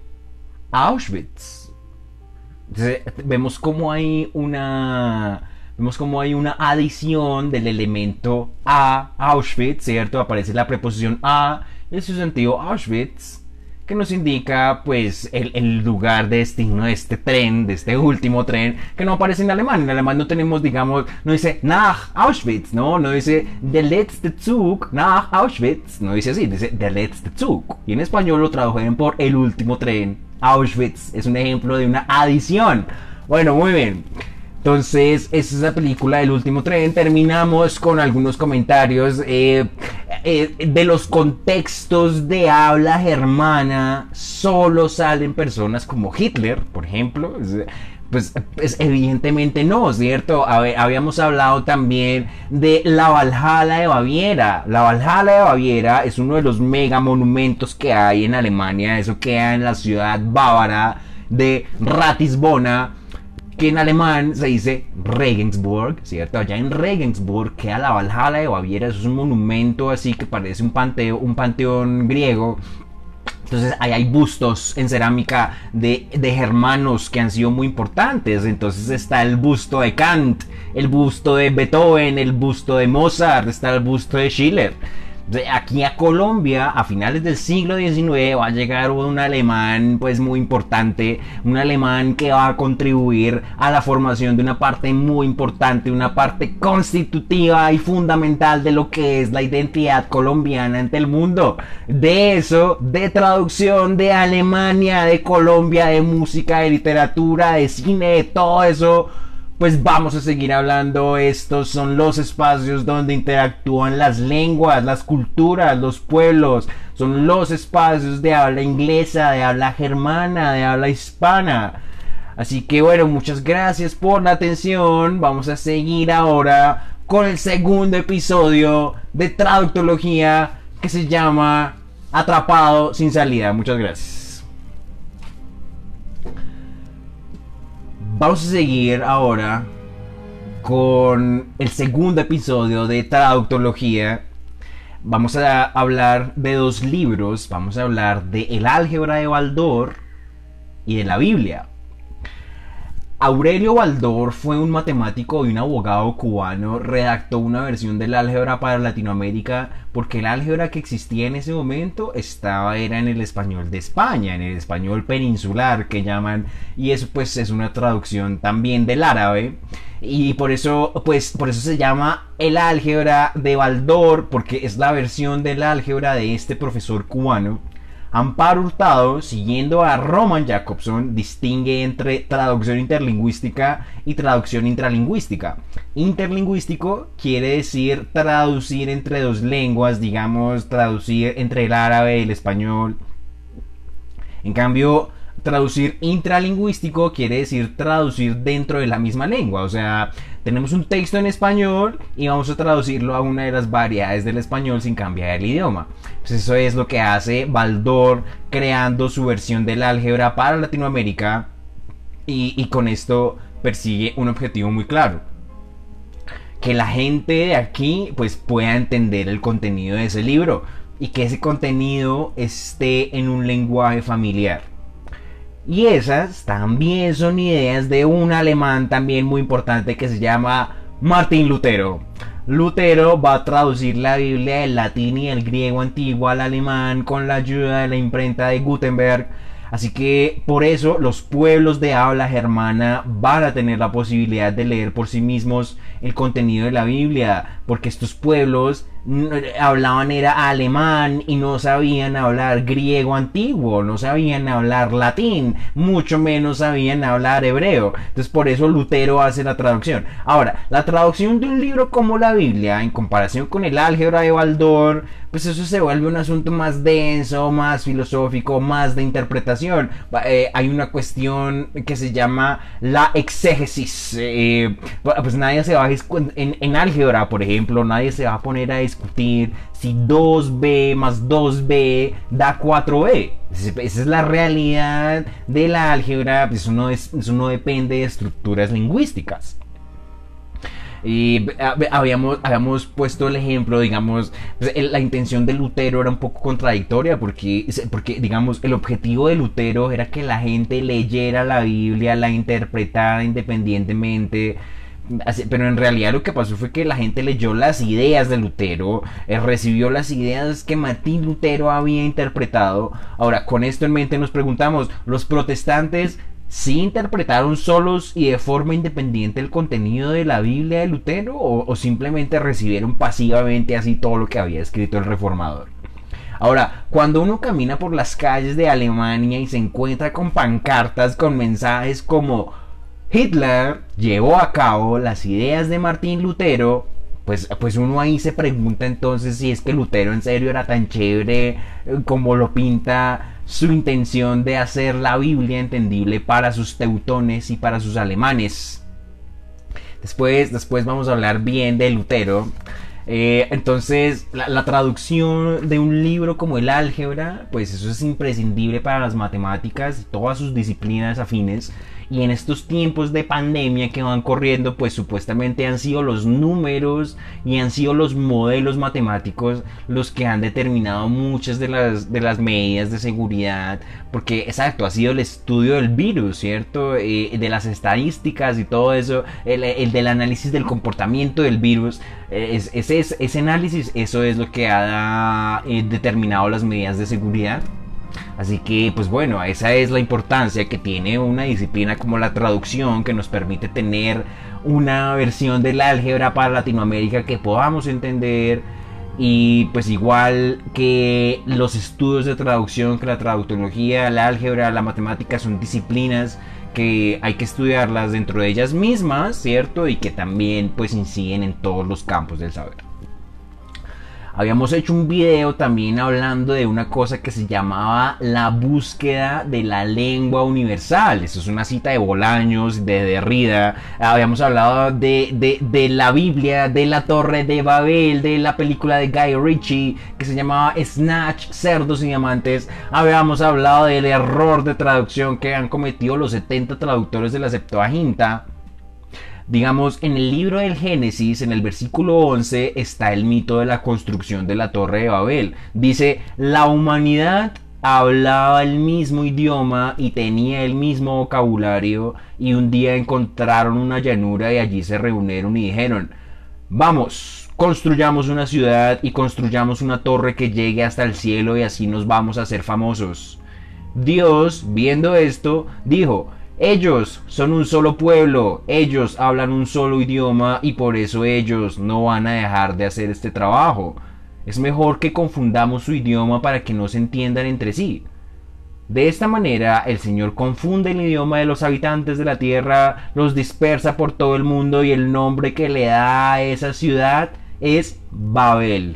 a Auschwitz. Entonces, vemos como hay una vemos como hay una adición del elemento a Auschwitz, ¿cierto? Aparece la preposición a en su sentido Auschwitz, que nos indica pues el, el lugar de destino de este tren, de este último tren, que no aparece en alemán. En alemán no tenemos, digamos, no dice nach Auschwitz, no, no dice der letzte Zug nach Auschwitz, no dice así, dice der letzte Zug. Y en español lo tradujeron por el último tren Auschwitz. Es un ejemplo de una adición. Bueno, muy bien. Entonces, esta es la película El último tren. Terminamos con algunos comentarios eh, eh, de los contextos de habla germana. Solo salen personas como Hitler, por ejemplo. Pues, pues evidentemente no, ¿cierto? Habíamos hablado también de la Valhalla de Baviera. La Valhalla de Baviera es uno de los mega monumentos que hay en Alemania. Eso queda en la ciudad bávara de Ratisbona, que en alemán se dice Regensburg, ¿cierto? Allá en Regensburg queda la Valhalla de Baviera. Eso es un monumento así que parece un, panteo, un panteón griego. Entonces ahí hay bustos en cerámica de, de germanos que han sido muy importantes. Entonces está el busto de Kant, el busto de Beethoven, el busto de Mozart, está el busto de Schiller. Aquí a Colombia, a finales del siglo diecinueve, va a llegar un alemán pues muy importante, un alemán que va a contribuir a la formación de una parte muy importante, una parte constitutiva y fundamental de lo que es la identidad colombiana ante el mundo. De eso, de traducción de Alemania, de Colombia, de música, de literatura, de cine, de todo eso, pues vamos a seguir hablando. Estos son los espacios donde interactúan las lenguas, las culturas, los pueblos. Son los espacios de habla inglesa, de habla germana, de habla hispana. Así que bueno, muchas gracias por la atención. Vamos a seguir ahora con el segundo episodio de Traductología, que se llama Atrapado sin salida. Muchas gracias. Vamos a seguir ahora con el segundo episodio de Traductología. Vamos a hablar de dos libros. Vamos a hablar de El álgebra de Baldor y de la Biblia. Aurelio Baldor fue un matemático y un abogado cubano. Redactó una versión del álgebra para Latinoamérica porque el álgebra que existía en ese momento estaba era en el español de España, en el español peninsular que llaman, y eso pues es una traducción también del árabe, y por eso pues por eso se llama el álgebra de Baldor, porque es la versión del álgebra de este profesor cubano. Amparo Hurtado, siguiendo a Roman Jakobson, distingue entre traducción interlingüística y traducción intralingüística. Interlingüístico quiere decir traducir entre dos lenguas, digamos, traducir entre el árabe y el español. En cambio, traducir intralingüístico quiere decir traducir dentro de la misma lengua. O sea, tenemos un texto en español y vamos a traducirlo a una de las variedades del español sin cambiar el idioma. Pues eso es lo que hace Baldor, creando su versión del álgebra para Latinoamérica, y, y con esto persigue un objetivo muy claro: que la gente de aquí pues pueda entender el contenido de ese libro y que ese contenido esté en un lenguaje familiar. Y esas también son ideas de un alemán también muy importante que se llama Martín Lutero. Lutero va a traducir la Biblia del latín y el griego antiguo al alemán con la ayuda de la imprenta de Gutenberg. Así que por eso los pueblos de habla germana van a tener la posibilidad de leer por sí mismos el contenido de la Biblia, porque estos pueblos hablaban era alemán y no sabían hablar griego antiguo, no sabían hablar latín, mucho menos sabían hablar hebreo. Entonces por eso Lutero hace la traducción. Ahora, la traducción de un libro como la Biblia en comparación con el álgebra de Baldor, pues eso se vuelve un asunto más denso, más filosófico, más de interpretación. Eh, hay una cuestión que se llama la exégesis. Eh, pues nadie se va a en, en álgebra, por ejemplo, nadie se va a poner a discutir si dos b más dos b da cuatro b. Esa es la realidad de la álgebra. Eso no, es, eso no depende de estructuras lingüísticas. Y habíamos, habíamos puesto el ejemplo, digamos, pues, la intención de Lutero era un poco contradictoria porque, porque, digamos, el objetivo de Lutero era que la gente leyera la Biblia, la interpretara independientemente. Pero en realidad lo que pasó fue que la gente leyó las ideas de Lutero, eh, recibió las ideas que Martín Lutero había interpretado. Ahora, con esto en mente nos preguntamos, ¿los protestantes sí interpretaron solos y de forma independiente el contenido de la Biblia de Lutero o, o simplemente recibieron pasivamente así todo lo que había escrito el reformador? Ahora, cuando uno camina por las calles de Alemania y se encuentra con pancartas con mensajes como Hitler llevó a cabo las ideas de Martín Lutero, pues, pues uno ahí se pregunta entonces si es que Lutero en serio era tan chévere como lo pinta su intención de hacer la Biblia entendible para sus teutones y para sus alemanes. Después, después vamos a hablar bien de Lutero. Eh, entonces, la, la traducción de un libro como el álgebra, pues eso es imprescindible para las matemáticas y todas sus disciplinas afines. Y en estos tiempos de pandemia que van corriendo, pues supuestamente han sido los números y han sido los modelos matemáticos los que han determinado muchas de las, de las medidas de seguridad. Porque, exacto, ha sido el estudio del virus, ¿cierto? Eh, de las estadísticas y todo eso, el, el del análisis del comportamiento del virus. Eh, es, ese, ese análisis, eso es lo que ha eh, determinado las medidas de seguridad. Así que, pues bueno, esa es la importancia que tiene una disciplina como la traducción, que nos permite tener una versión del álgebra para Latinoamérica que podamos entender. Y pues igual que los estudios de traducción, que la traductología, la álgebra, la matemática son disciplinas que hay que estudiarlas dentro de ellas mismas, ¿cierto? Y que también pues inciden en todos los campos del saber. Habíamos hecho un video también hablando de una cosa que se llamaba la búsqueda de la lengua universal. Eso es una cita de Bolaños, de Derrida. Habíamos hablado de, de, de la Biblia, de la Torre de Babel, de la película de Guy Ritchie que se llamaba Snatch, Cerdos y Diamantes. Habíamos hablado del error de traducción que han cometido los setenta traductores de la Septuaginta. Digamos, en el libro del Génesis, en el versículo once, está el mito de la construcción de la Torre de Babel. Dice, la humanidad hablaba el mismo idioma y tenía el mismo vocabulario, y un día encontraron una llanura y allí se reunieron y dijeron, vamos, construyamos una ciudad y construyamos una torre que llegue hasta el cielo y así nos vamos a hacer famosos. Dios, viendo esto, dijo, ellos son un solo pueblo, ellos hablan un solo idioma y por eso ellos no van a dejar de hacer este trabajo. Es mejor que confundamos su idioma para que no se entiendan entre sí. De esta manera el Señor confunde el idioma de los habitantes de la tierra, los dispersa por todo el mundo y el nombre que le da a esa ciudad es Babel.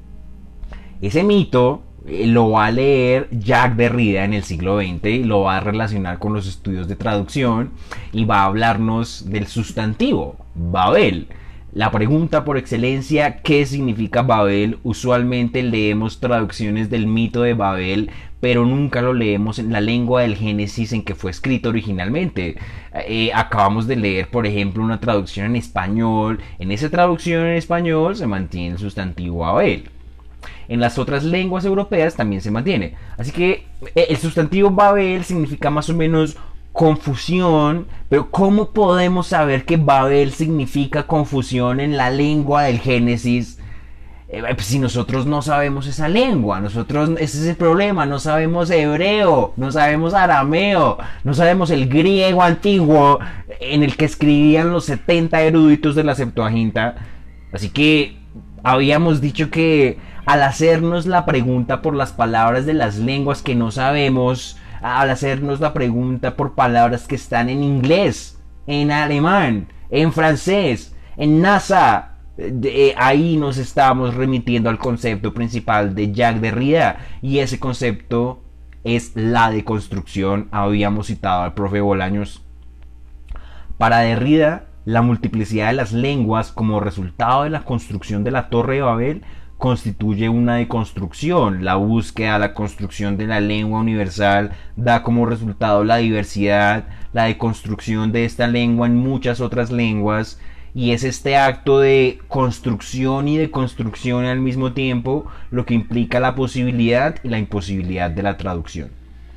Ese mito lo va a leer Jacques Derrida en el siglo veinte y lo va a relacionar con los estudios de traducción y va a hablarnos del sustantivo, Babel. La pregunta por excelencia, ¿qué significa Babel? Usualmente leemos traducciones del mito de Babel, pero nunca lo leemos en la lengua del Génesis en que fue escrito originalmente. Eh, acabamos de leer, por ejemplo, una traducción en español. En esa traducción en español se mantiene el sustantivo Babel. En las otras lenguas europeas también se mantiene. Así que el sustantivo Babel significa más o menos confusión. Pero ¿cómo podemos saber que Babel significa confusión en la lengua del Génesis? Eh, pues si nosotros no sabemos esa lengua, nosotros, ese es el problema, no sabemos hebreo, no sabemos arameo, no sabemos el griego antiguo en el que escribían los setenta eruditos de la Septuaginta. Así que habíamos dicho que al hacernos la pregunta por las palabras de las lenguas que no sabemos, al hacernos la pregunta por palabras que están en inglés, en alemán, en francés, en NASA, de, ahí nos estamos remitiendo al concepto principal de Jacques Derrida, y ese concepto es la deconstrucción. Habíamos citado al profe Bolaños. Para Derrida, la multiplicidad de las lenguas como resultado de la construcción de la Torre de Babel constituye una deconstrucción. La búsqueda, la construcción de la lengua universal da como resultado la diversidad, la deconstrucción de esta lengua en muchas otras lenguas, y es este acto de construcción y de construcción al mismo tiempo lo que implica la posibilidad y la imposibilidad de la traducción.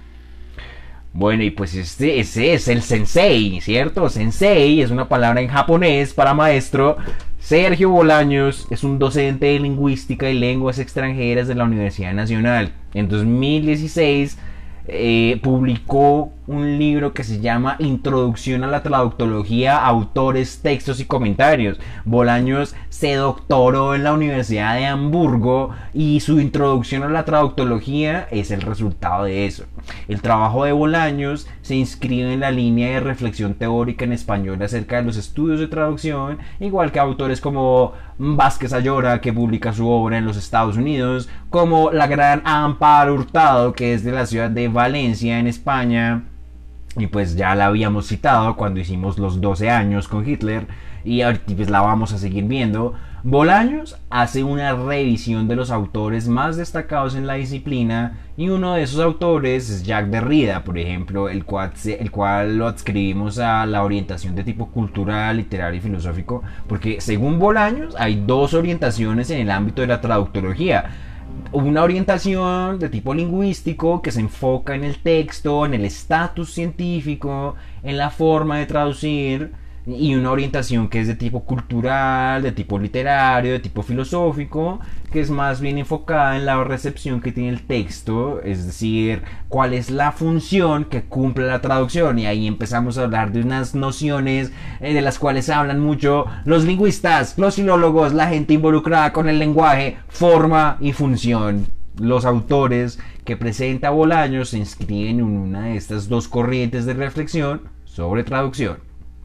Bueno, y pues este, ese es el sensei, ¿cierto? Sensei es una palabra en japonés para maestro. Sergio Bolaños es un docente de lingüística y lenguas extranjeras de la Universidad Nacional. En dos mil dieciséis eh, publicó un libro que se llama Introducción a la Traductología, Autores, Textos y Comentarios. Bolaños se doctoró en la Universidad de Hamburgo y su introducción a la traductología es el resultado de eso. El trabajo de Bolaños se inscribe en la línea de reflexión teórica en español acerca de los estudios de traducción, igual que autores como Vázquez Ayora, que publica su obra en los Estados Unidos, como la gran Amparo Hurtado, que es de la ciudad de Valencia, en España, y pues ya la habíamos citado cuando hicimos los doce años con Hitler, y ahorita pues la vamos a seguir viendo. Bolaños hace una revisión de los autores más destacados en la disciplina, y uno de esos autores es Jacques Derrida, por ejemplo, el cual, el cual lo adscribimos a la orientación de tipo cultural, literario y filosófico, porque según Bolaños hay dos orientaciones en el ámbito de la traductología. Una orientación de tipo lingüístico que se enfoca en el texto, en el estatus científico, en la forma de traducir, y una orientación que es de tipo cultural, de tipo literario, de tipo filosófico, que es más bien enfocada en la recepción que tiene el texto, es decir, cuál es la función que cumple la traducción. Y ahí empezamos a hablar de unas nociones eh, de las cuales hablan mucho los lingüistas, los filólogos, la gente involucrada con el lenguaje: forma y función. Los autores que presenta Bolaños se inscriben en una de estas dos corrientes de reflexión sobre traducción.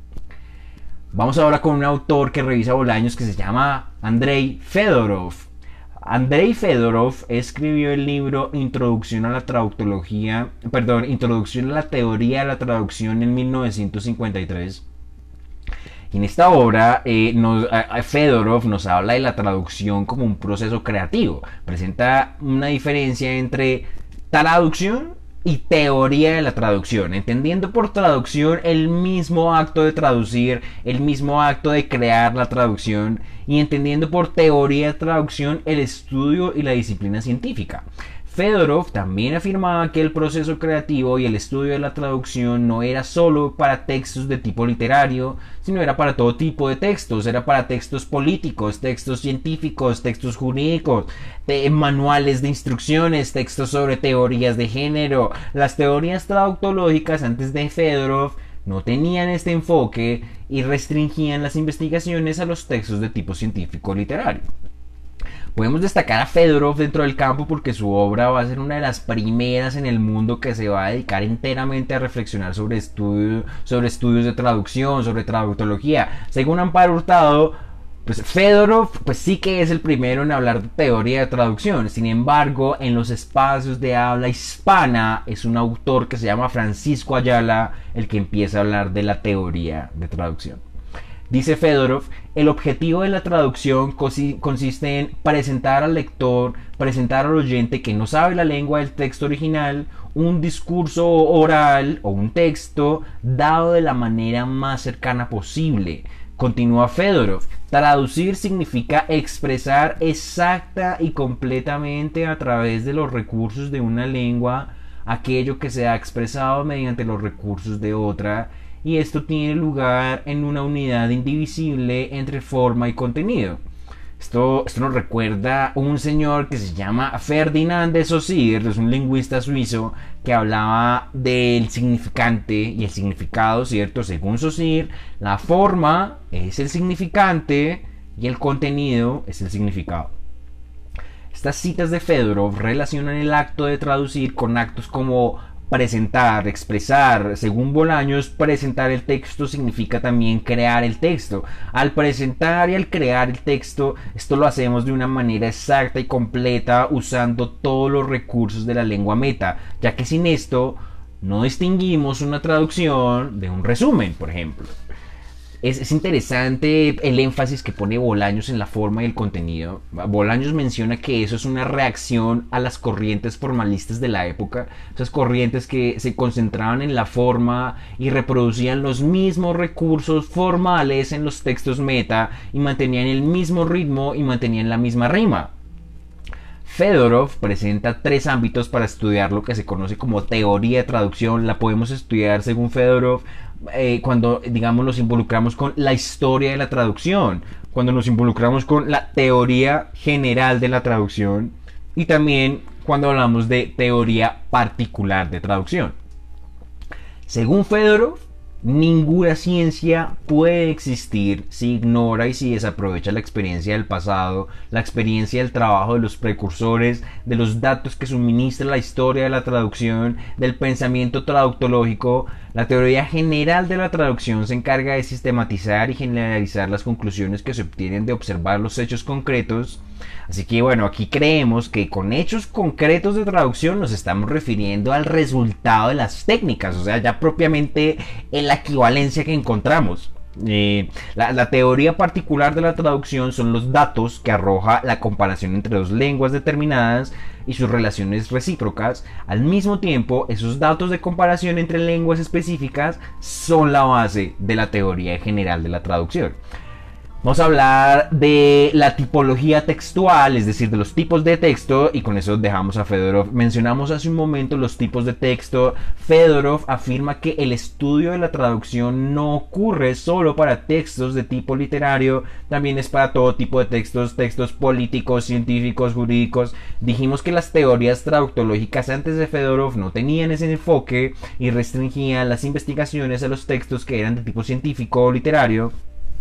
Vamos ahora con un autor que revisa Bolaños que se llama Andrei Fedorov. Andrei Fedorov escribió el libro Introducción a la Traductología, perdón, Introducción a la Teoría de la Traducción en mil novecientos cincuenta y tres. Y en esta obra, eh, nos, eh, Fedorov nos habla de la traducción como un proceso creativo. Presenta una diferencia entre traducción y teoría de la traducción, entendiendo por traducción el mismo acto de traducir, el mismo acto de crear la traducción, y entendiendo por teoría de traducción el estudio y la disciplina científica. Fedorov también afirmaba que el proceso creativo y el estudio de la traducción no era solo para textos de tipo literario, sino era para todo tipo de textos, era para textos políticos, textos científicos, textos jurídicos, de manuales de instrucciones, textos sobre teorías de género. Las teorías traductológicas antes de Fedorov no tenían este enfoque y restringían las investigaciones a los textos de tipo científico literario. Podemos destacar a Fedorov dentro del campo porque su obra va a ser una de las primeras en el mundo que se va a dedicar enteramente a reflexionar sobre, estudio, sobre estudios de traducción, sobre traductología. Según Amparo Hurtado, pues Fedorov pues sí que es el primero en hablar de teoría de traducción. Sin embargo, en los espacios de habla hispana es un autor que se llama Francisco Ayala el que empieza a hablar de la teoría de traducción. Dice Fedorov, el objetivo de la traducción consiste en presentar al lector, presentar al oyente que no sabe la lengua del texto original, un discurso oral o un texto dado de la manera más cercana posible. Continúa Fedorov, traducir significa expresar exacta y completamente a través de los recursos de una lengua aquello que se ha expresado mediante los recursos de otra, y esto tiene lugar en una unidad indivisible entre forma y contenido. Esto, esto nos recuerda a un señor que se llama Ferdinand de Saussure, es un lingüista suizo que hablaba del significante y el significado, ¿cierto? Según Saussure, la forma es el significante y el contenido es el significado. Estas citas de Fedorov relacionan el acto de traducir con actos como presentar, expresar. Según Bolaños, presentar el texto significa también crear el texto. Al presentar y al crear el texto, esto lo hacemos de una manera exacta y completa usando todos los recursos de la lengua meta, ya que sin esto no distinguimos una traducción de un resumen, por ejemplo. Es, es interesante el énfasis que pone Bolaños en la forma y el contenido. Bolaños menciona que eso es una reacción a las corrientes formalistas de la época, esas corrientes que se concentraban en la forma y reproducían los mismos recursos formales en los textos meta y mantenían el mismo ritmo y mantenían la misma rima. Fedorov presenta tres ámbitos para estudiar lo que se conoce como teoría de traducción. La podemos estudiar, según Fedorov, eh, cuando, digamos, nos involucramos con la historia de la traducción, cuando nos involucramos con la teoría general de la traducción y también cuando hablamos de teoría particular de traducción. Según Fedorov, ninguna ciencia puede existir si ignora y si desaprovecha la experiencia del pasado, la experiencia del trabajo de los precursores, de los datos que suministra la historia de la traducción, del pensamiento traductológico. La teoría general de la traducción se encarga de sistematizar y generalizar las conclusiones que se obtienen de observar los hechos concretos. Así que bueno, aquí creemos que con hechos concretos de traducción nos estamos refiriendo al resultado de las técnicas, o sea, ya propiamente en la equivalencia que encontramos. Eh, la, la teoría particular de la traducción son los datos que arroja la comparación entre dos lenguas determinadas y sus relaciones recíprocas. Al mismo tiempo, esos datos de comparación entre lenguas específicas son la base de la teoría general de la traducción. Vamos a hablar de la tipología textual, es decir, de los tipos de texto, y con eso dejamos a Fedorov. Mencionamos hace un momento los tipos de texto. Fedorov afirma que el estudio de la traducción no ocurre solo para textos de tipo literario, también es para todo tipo de textos, textos políticos, científicos, jurídicos. Dijimos que las teorías traductológicas antes de Fedorov no tenían ese enfoque y restringían las investigaciones a los textos que eran de tipo científico o literario.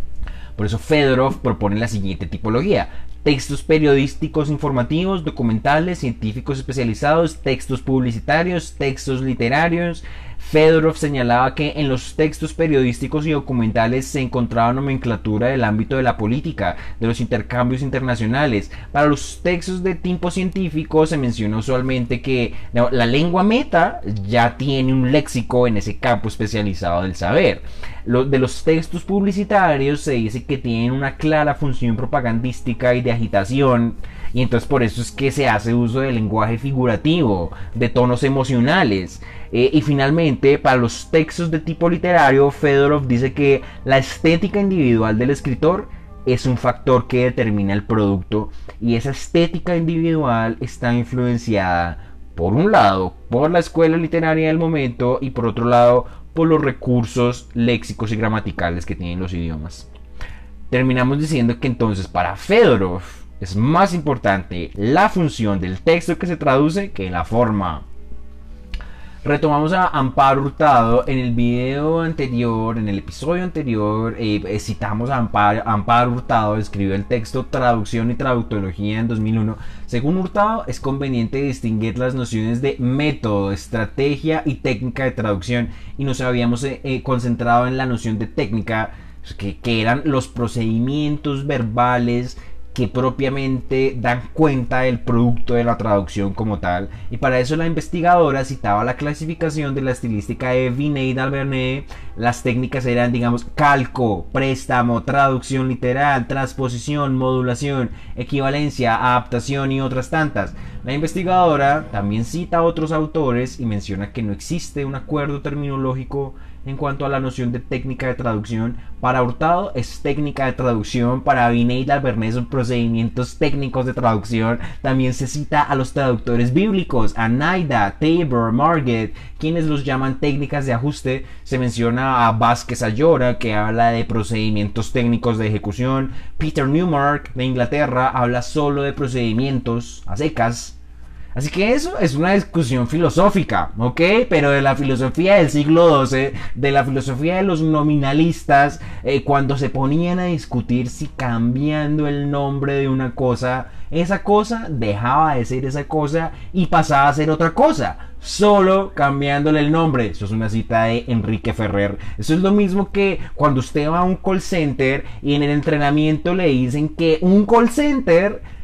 Por eso Fedorov propone la siguiente tipología: textos periodísticos informativos, documentales, científicos especializados, textos publicitarios, textos literarios. Fedorov señalaba que en los textos periodísticos y documentales se encontraba nomenclatura del ámbito de la política, de los intercambios internacionales. Para los textos de tipo científico se menciona usualmente que la lengua meta ya tiene un léxico en ese campo especializado del saber. Lo, de los textos publicitarios se dice que tienen una clara función propagandística y de agitación, y entonces por eso es que se hace uso del lenguaje figurativo, de tonos emocionales. Eh, y finalmente, para los textos de tipo literario, Fedorov dice que la estética individual del escritor es un factor que determina el producto, y esa estética individual está influenciada, por un lado, por la escuela literaria del momento, y por otro lado, por los recursos léxicos y gramaticales que tienen los idiomas. Terminamos diciendo que entonces para Fedorov es más importante la función del texto que se traduce que la forma. Retomamos a Amparo Hurtado. En el video anterior, en el episodio anterior, eh, citamos a Amparo, Amparo Hurtado, escribió el texto Traducción y Traductología en dos mil uno. Según Hurtado, es conveniente distinguir las nociones de método, estrategia y técnica de traducción, y nos habíamos eh, eh, concentrado en la noción de técnica, que, que eran los procedimientos verbales que propiamente dan cuenta del producto de la traducción como tal, y para eso la investigadora citaba la clasificación de la estilística de Binet-d'Albernay. Las técnicas eran, digamos, calco, préstamo, traducción literal, transposición, modulación, equivalencia, adaptación y otras tantas. La investigadora también cita a otros autores y menciona que no existe un acuerdo terminológico en cuanto a la noción de técnica de traducción. Para Hurtado es técnica de traducción, para Binet-d'Albernay son procedimientos técnicos de traducción. También se cita a los traductores bíblicos, a Naida, Tabor, Marget, quienes los llaman técnicas de ajuste. Se menciona a Vázquez Ayora, que habla de procedimientos técnicos de ejecución. Peter Newmark de Inglaterra habla solo de procedimientos a secas. Así que eso es una discusión filosófica, ¿ok? Pero de la filosofía del siglo doce, de la filosofía de los nominalistas, eh, cuando se ponían a discutir si cambiando el nombre de una cosa, esa cosa dejaba de ser esa cosa y pasaba a ser otra cosa, solo cambiándole el nombre. Eso es una cita de Enrique Ferrer. Eso es lo mismo que cuando usted va a un call center y en el entrenamiento le dicen que un call center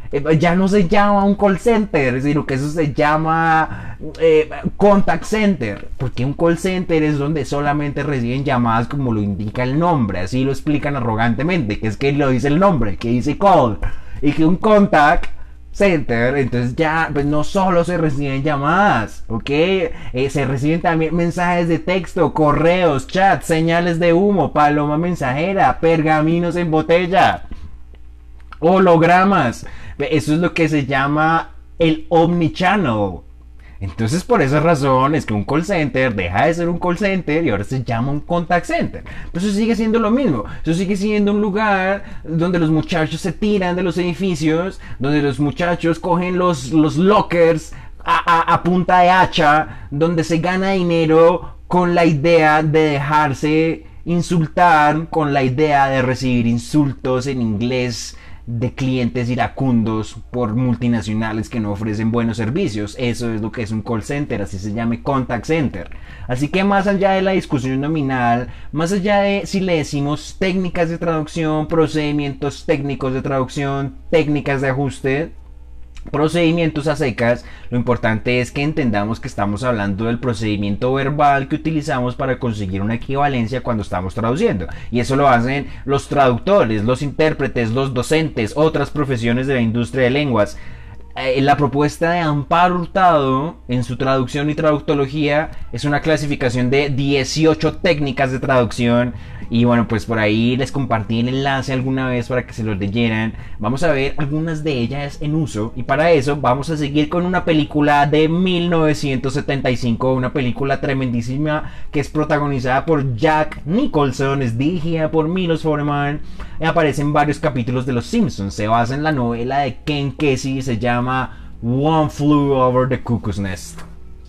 eh, ya no se llama un call center, sino que eso se llama eh, contact center, porque un call center es donde solamente reciben llamadas como lo indica el nombre, así lo explican arrogantemente, que es que lo dice el nombre, que dice call, y que un contact center, entonces ya pues no solo se reciben llamadas, ok, eh, se reciben también mensajes de texto, correos, chats, señales de humo, paloma mensajera, pergaminos en botella, hologramas. Eso es lo que se llama el omnichannel. Entonces, por esa razón es que un call center deja de ser un call center y ahora se llama un contact center. Pero eso sigue siendo lo mismo. Eso sigue siendo un lugar donde los muchachos se tiran de los edificios, donde los muchachos cogen los, los lockers a, a, a punta de hacha, donde se gana dinero con la idea de dejarse insultar, con la idea de recibir insultos en inglés de clientes iracundos por multinacionales que no ofrecen buenos servicios. Eso es lo que es un call center, así se llama contact center. Así que más allá de la discusión nominal, más allá de si le decimos técnicas de traducción, procedimientos técnicos de traducción, técnicas de ajuste, procedimientos a secas, lo importante es que entendamos que estamos hablando del procedimiento verbal que utilizamos para conseguir una equivalencia cuando estamos traduciendo, y eso lo hacen los traductores, los intérpretes, los docentes, otras profesiones de la industria de lenguas. Eh, la propuesta de Amparo Hurtado en su traducción y traductología es una clasificación de dieciocho técnicas de traducción, y bueno, pues por ahí les compartí el enlace alguna vez para que se los leyeran. Vamos a ver algunas de ellas en uso, y para eso vamos a seguir con una película de mil novecientos setenta y cinco, una película tremendísima que es protagonizada por Jack Nicholson, es dirigida por Milos Forman, aparece en varios capítulos de Los Simpsons, se basa en la novela de Ken Kesey, se llama One Flew Over the Cuckoo's Nest.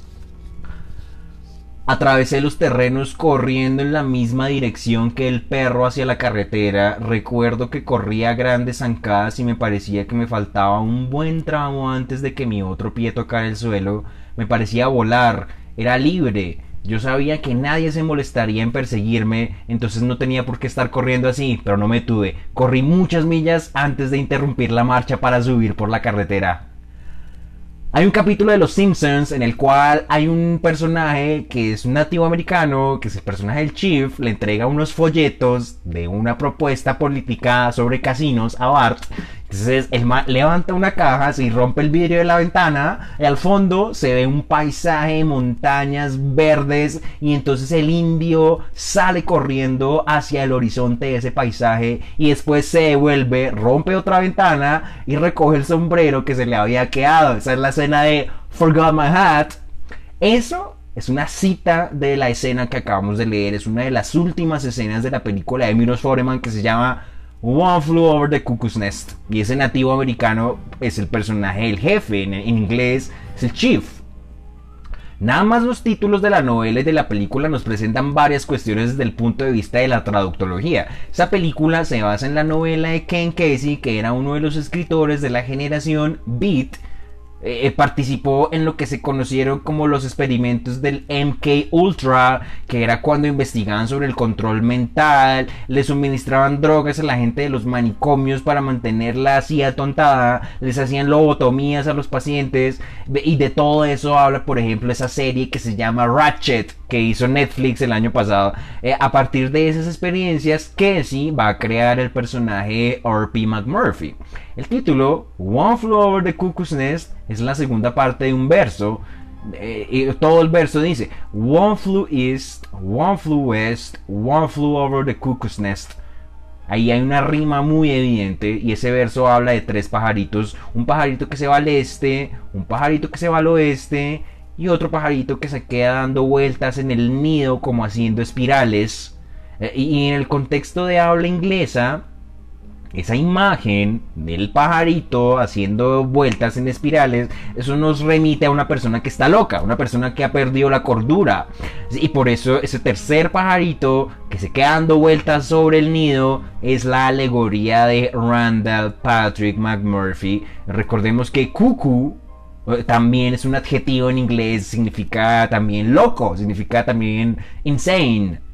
Atravesé los terrenos corriendo en la misma dirección que el perro hacia la carretera. Recuerdo que corría a grandes zancadas y me parecía que me faltaba un buen tramo antes de que mi otro pie tocara el suelo. Me parecía volar, era libre. Yo sabía que nadie se molestaría en perseguirme, entonces no tenía por qué estar corriendo así, pero no me tuve. Corrí muchas millas antes de interrumpir la marcha para subir por la carretera. Hay un capítulo de Los Simpsons en el cual hay un personaje que es un nativo americano, que es el personaje del Chief, le entrega unos folletos de una propuesta política sobre casinos a Bart. Entonces el man levanta una caja, se rompe el vidrio de la ventana y al fondo se ve un paisaje de montañas verdes, y entonces el indio sale corriendo hacia el horizonte de ese paisaje y después se devuelve, rompe otra ventana y recoge el sombrero que se le había quedado. Esa es la escena de Forgot My Hat. Eso es una cita de la escena que acabamos de leer, es una de las últimas escenas de la película de Milos Forman que se llama One Flew Over the Cuckoo's Nest, y ese nativo americano es el personaje del jefe, en, en inglés es el Chief. Nada más los títulos de la novela y de la película nos presentan varias cuestiones desde el punto de vista de la traductología. Esa película se basa en la novela de Ken Kesey, que era uno de los escritores de la generación Beat. Eh, participó en lo que se conocieron como los experimentos del M K Ultra, que era cuando investigaban sobre el control mental, le suministraban drogas a la gente de los manicomios para mantenerla así atontada, les hacían lobotomías a los pacientes, y de todo eso habla, por ejemplo, esa serie que se llama Ratchet, que hizo Netflix el año pasado. Eh, a partir de esas experiencias, Kesey va a crear el personaje R P McMurphy. El título, One Flew Over the Cuckoo's Nest, es la segunda parte de un verso. Eh, y todo el verso dice One flew east, one flew west, one flew over the cuckoo's nest. Ahí hay una rima muy evidente, y ese verso habla de tres pajaritos: un pajarito que se va al este, un pajarito que se va al oeste y otro pajarito que se queda dando vueltas en el nido como haciendo espirales. Eh, y en el contexto de habla inglesa, esa imagen del pajarito haciendo vueltas en espirales, eso nos remite a una persona que está loca, una persona que ha perdido la cordura. Y por eso ese tercer pajarito que se queda dando vueltas sobre el nido es la alegoría de Randall Patrick McMurphy. Recordemos que cuckoo también es un adjetivo en inglés, significa también loco, significa también insane.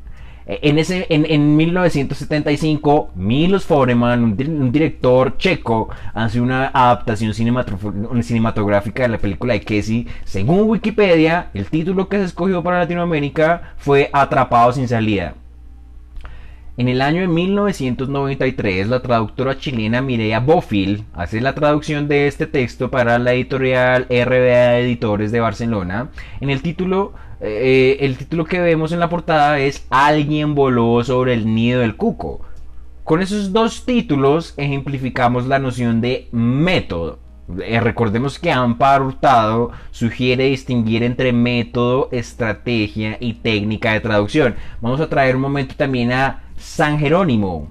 En, ese, en, en mil novecientos setenta y cinco, Milos Forman, un, un director checo, hace una adaptación cinematográfica de la película de Kessie. Según Wikipedia, el título que se escogió para Latinoamérica fue Atrapado sin salida. En el año de mil novecientos noventa y tres, la traductora chilena Mireia Bofill hace la traducción de este texto para la editorial R B A Editores de Barcelona. En el título, eh, el título que vemos en la portada es Alguien voló sobre el nido del cuco. Con esos dos títulos ejemplificamos la noción de método. Eh, recordemos que Amparo Hurtado sugiere distinguir entre método, estrategia y técnica de traducción. Vamos a traer un momento también a San Jerónimo.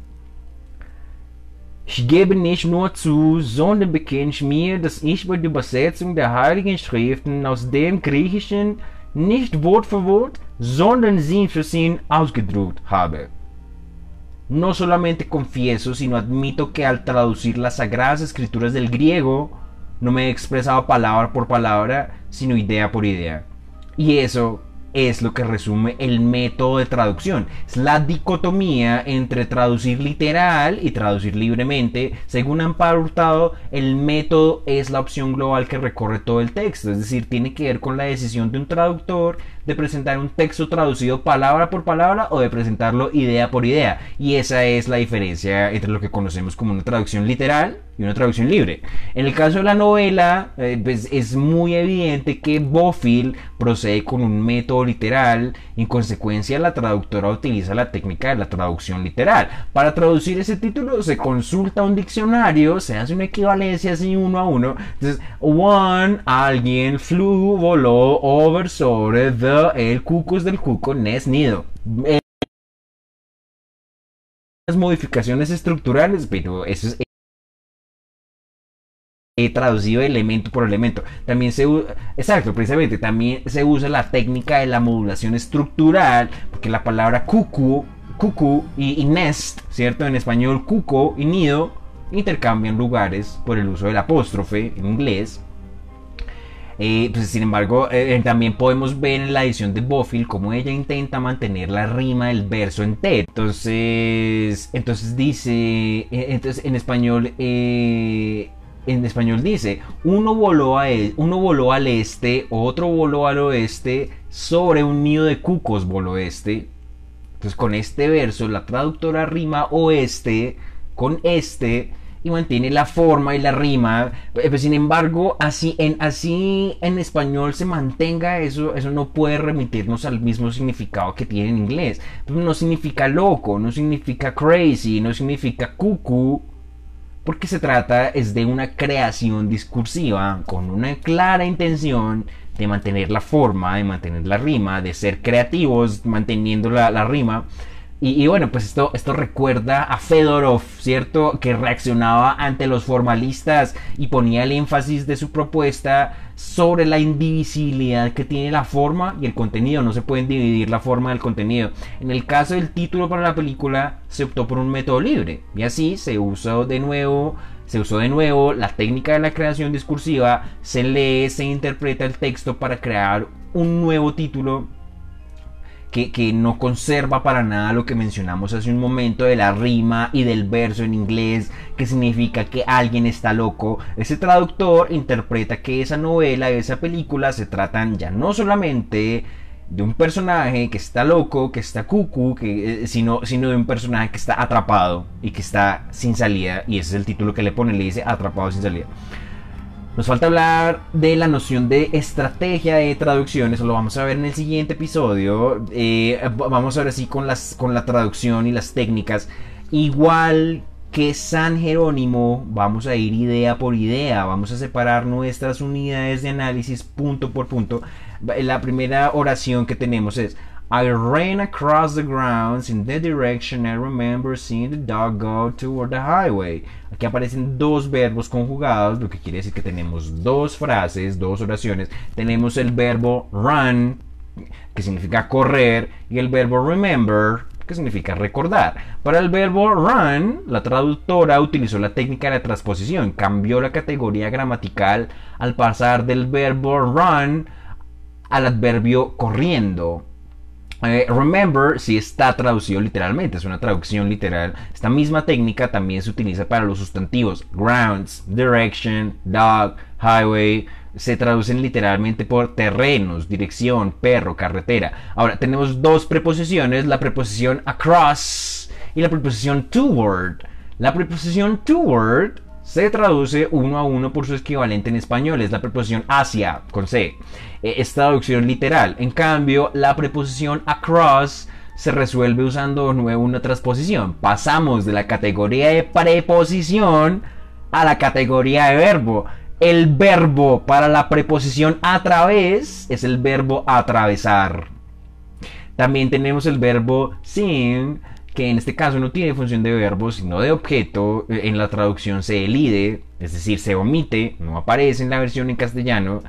Ich gebe nicht nur zu, sondern bekenne ich mir, dass ich bei der Übersetzung der Heiligen Schriften aus dem Griechischen nicht Wort für Wort, sondern Sinn für Sinn ausgedruckt habe. No solamente confieso, sino admito que al traducir las sagradas escrituras del griego, no me he expresado palabra por palabra, sino idea por idea. Y eso es lo que resume el método de traducción. Es la dicotomía entre traducir literal y traducir libremente. Según Amparo Hurtado, el método es la opción global que recorre todo el texto. Es decir, tiene que ver con la decisión de un traductor de presentar un texto traducido palabra por palabra o de presentarlo idea por idea. Y esa es la diferencia entre lo que conocemos como una traducción literal y una traducción libre. En el caso de la novela, eh, pues es muy evidente que Bofill procede con un método literal. En consecuencia, la traductora utiliza la técnica de la traducción literal. Para traducir ese título se consulta un diccionario, se hace una equivalencia así uno a uno. Entonces, one, alguien, flew, voló, over, sobre, the, el, cucos del cuco, nest, nido. Las modificaciones estructurales, pero eso es he traducido elemento por elemento. También se usa, exacto, precisamente, también se usa la técnica de la modulación estructural, porque la palabra cucu, cucu y, y nest, ¿cierto? En español cuco y nido intercambian lugares por el uso del apóstrofe en inglés. Eh, pues, sin embargo, eh, también podemos ver en la edición de Bofill cómo ella intenta mantener la rima del verso entero. Entonces, entonces dice, eh, entonces en español, eh, en español dice, uno voló, a el, uno voló al este, otro voló al oeste, sobre un nido de cucos voló este. Entonces con este verso la traductora rima oeste con este y mantiene la forma y la rima. Pues, sin embargo, así en, así en español se mantenga eso, eso no puede remitirnos al mismo significado que tiene en inglés. No significa loco, no significa crazy, no significa cuckoo, porque se trata es de una creación discursiva con una clara intención de mantener la forma, de mantener la rima, de ser creativos manteniendo la, la rima. Y, y bueno, pues esto, esto recuerda a Fedorov, ¿cierto? Que reaccionaba ante los formalistas y ponía el énfasis de su propuesta sobre la indivisibilidad que tiene la forma y el contenido. No se pueden dividir la forma del contenido. En el caso del título para la película, se optó por un método libre. Y así se usó de nuevo... Se usó de nuevo la técnica de la creación discursiva, se lee, se interpreta el texto para crear un nuevo título que, que no conserva para nada lo que mencionamos hace un momento de la rima y del verso en inglés, que significa que alguien está loco. Ese traductor interpreta que esa novela, esa película se tratan ya no solamente de un personaje que está loco, que está cucu, que, eh, sino, sino de un personaje que está atrapado y que está sin salida, y ese es el título que le pone, le dice atrapado sin salida. Nos falta hablar de la noción de estrategia de traducción, eso lo vamos a ver en el siguiente episodio. Eh, vamos ahora sí con, las, con la traducción y las técnicas. Igual que San Jerónimo, vamos a ir idea por idea, vamos a separar nuestras unidades de análisis punto por punto. La primera oración que tenemos es I ran across the grounds in the direction I remember seeing the dog go toward the highway. Aquí aparecen dos verbos conjugados, lo que quiere decir que tenemos dos frases, dos oraciones. Tenemos el verbo run, que significa correr, y el verbo remember, que significa recordar. Para el verbo run, la traductora utilizó la técnica de la transposición, cambió la categoría gramatical al pasar del verbo run al adverbio corriendo. Eh, remember sí está traducido literalmente, es una traducción literal. Esta misma técnica también se utiliza para los sustantivos grounds, direction, dog, highway. Se traducen literalmente por terrenos, dirección, perro, carretera. Ahora tenemos dos preposiciones, la preposición across y la preposición toward. La preposición toward se traduce uno a uno por su equivalente en español, es la preposición hacia, con C. Es traducción literal. En cambio, la preposición across se resuelve usando de nuevo una transposición. Pasamos de la categoría de preposición a la categoría de verbo. El verbo para la preposición a través es el verbo atravesar. También tenemos el verbo sing, que en este caso no tiene función de verbo, sino de objeto. En la traducción se elide, es decir, se omite, no aparece en la versión en castellano.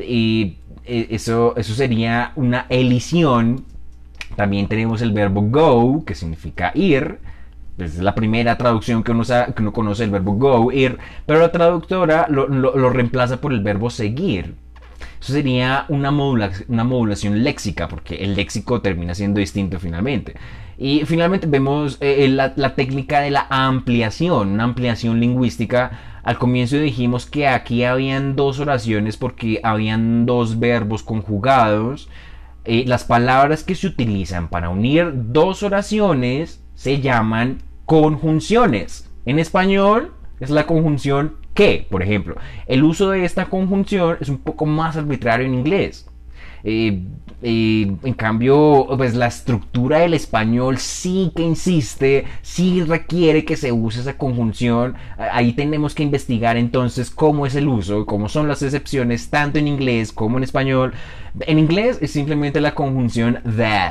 Y eso, eso sería una elisión. También tenemos el verbo go, que significa ir. Es la primera traducción que uno, sabe, que uno conoce, el verbo go, ir. Pero la traductora lo, lo, lo reemplaza por el verbo seguir. Eso sería una, modula, una modulación léxica, porque el léxico termina siendo distinto finalmente. Y finalmente vemos eh, la, la técnica de la ampliación, una ampliación lingüística. Al comienzo dijimos que aquí habían dos oraciones porque habían dos verbos conjugados. Eh, las palabras que se utilizan para unir dos oraciones se llaman conjunciones. En español es la conjunción que, por ejemplo. El uso de esta conjunción es un poco más arbitrario en inglés. Eh, eh, en cambio, pues la estructura del español sí que insiste, sí requiere que se use esa conjunción. Ahí tenemos que investigar entonces cómo es el uso, cómo son las excepciones tanto en inglés como en español. En inglés es simplemente la conjunción that,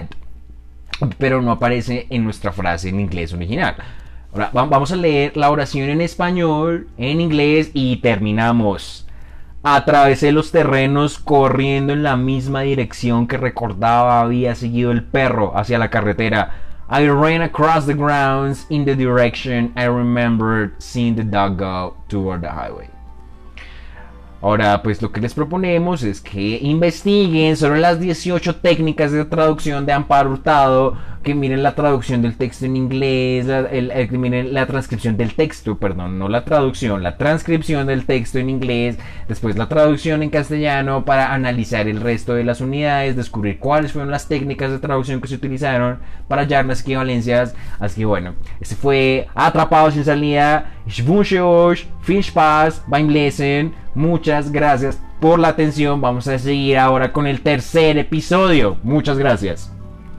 pero no aparece en nuestra frase en inglés original. Ahora vamos a leer la oración en español, en inglés y terminamos. Atravesé los terrenos corriendo en la misma dirección que recordaba había seguido el perro hacia la carretera. I ran across the grounds in the direction I remembered seeing the dog go toward the highway. Ahora, pues lo que les proponemos es que investiguen sobre las dieciocho técnicas de traducción de Amparo Hurtado, que miren la traducción del texto en inglés, la, el, el, que miren la transcripción del texto, perdón, no la traducción, la transcripción del texto en inglés, después la traducción en castellano para analizar el resto de las unidades, descubrir cuáles fueron las técnicas de traducción que se utilizaron para hallar las equivalencias. Así que bueno, este fue Atrapados sin Salida. Ich wünsche euch viel Spaß beim Lesen. Muchas gracias por la atención. Vamos a seguir ahora con el tercer episodio. Muchas gracias.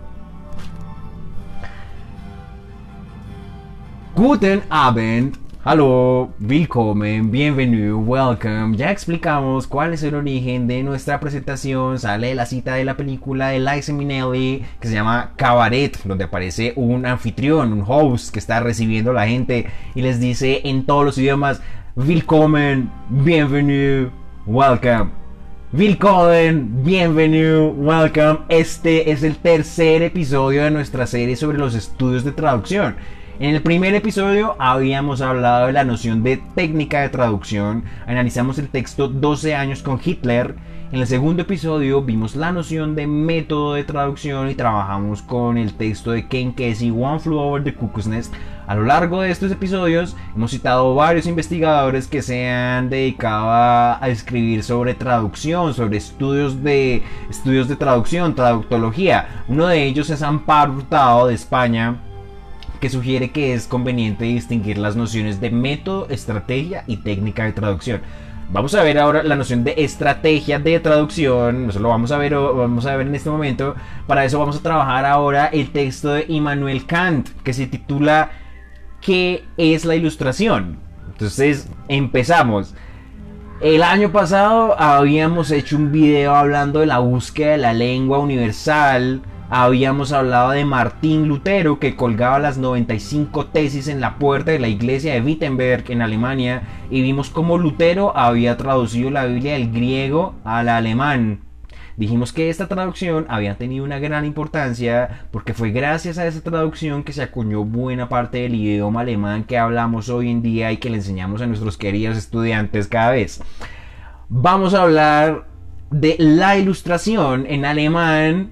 Guten Abend. Hallo, willkommen, bienvenue, welcome. Ya explicamos cuál es el origen de nuestra presentación. Sale de la cita de la película de Liza Minnelli que se llama Cabaret, donde aparece un anfitrión, un host que está recibiendo a la gente y les dice en todos los idiomas: willkommen, bienvenue, welcome. Willkommen, bienvenue, welcome. Este es el tercer episodio de nuestra serie sobre los estudios de traducción. En el primer episodio habíamos hablado de la noción de técnica de traducción, analizamos el texto doce años con Hitler. En el segundo episodio vimos la noción de método de traducción y trabajamos con el texto de Ken Kesey, One Flew Over the Cuckoo's Nest. A lo largo de estos episodios hemos citado varios investigadores que se han dedicado a, a escribir sobre traducción, sobre estudios de, estudios de traducción, traductología. Uno de ellos es Amparo Hurtado de España, que sugiere que es conveniente distinguir las nociones de método, estrategia y técnica de traducción. Vamos a ver ahora la noción de estrategia de traducción, eso lo vamos a ver, vamos a ver en este momento. Para eso vamos a trabajar ahora el texto de Immanuel Kant, que se titula ¿Qué es la ilustración? Entonces, empezamos. El año pasado habíamos hecho un video hablando de la búsqueda de la lengua universal. Habíamos hablado de Martín Lutero, que colgaba las noventa y cinco tesis en la puerta de la iglesia de Wittenberg en Alemania, y vimos cómo Lutero había traducido la Biblia del griego al alemán. Dijimos que esta traducción había tenido una gran importancia porque fue gracias a esa traducción que se acuñó buena parte del idioma alemán que hablamos hoy en día y que le enseñamos a nuestros queridos estudiantes cada vez. Vamos a hablar de la ilustración en alemán.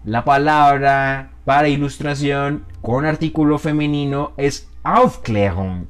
La palabra para ilustración con artículo femenino es Aufklärung.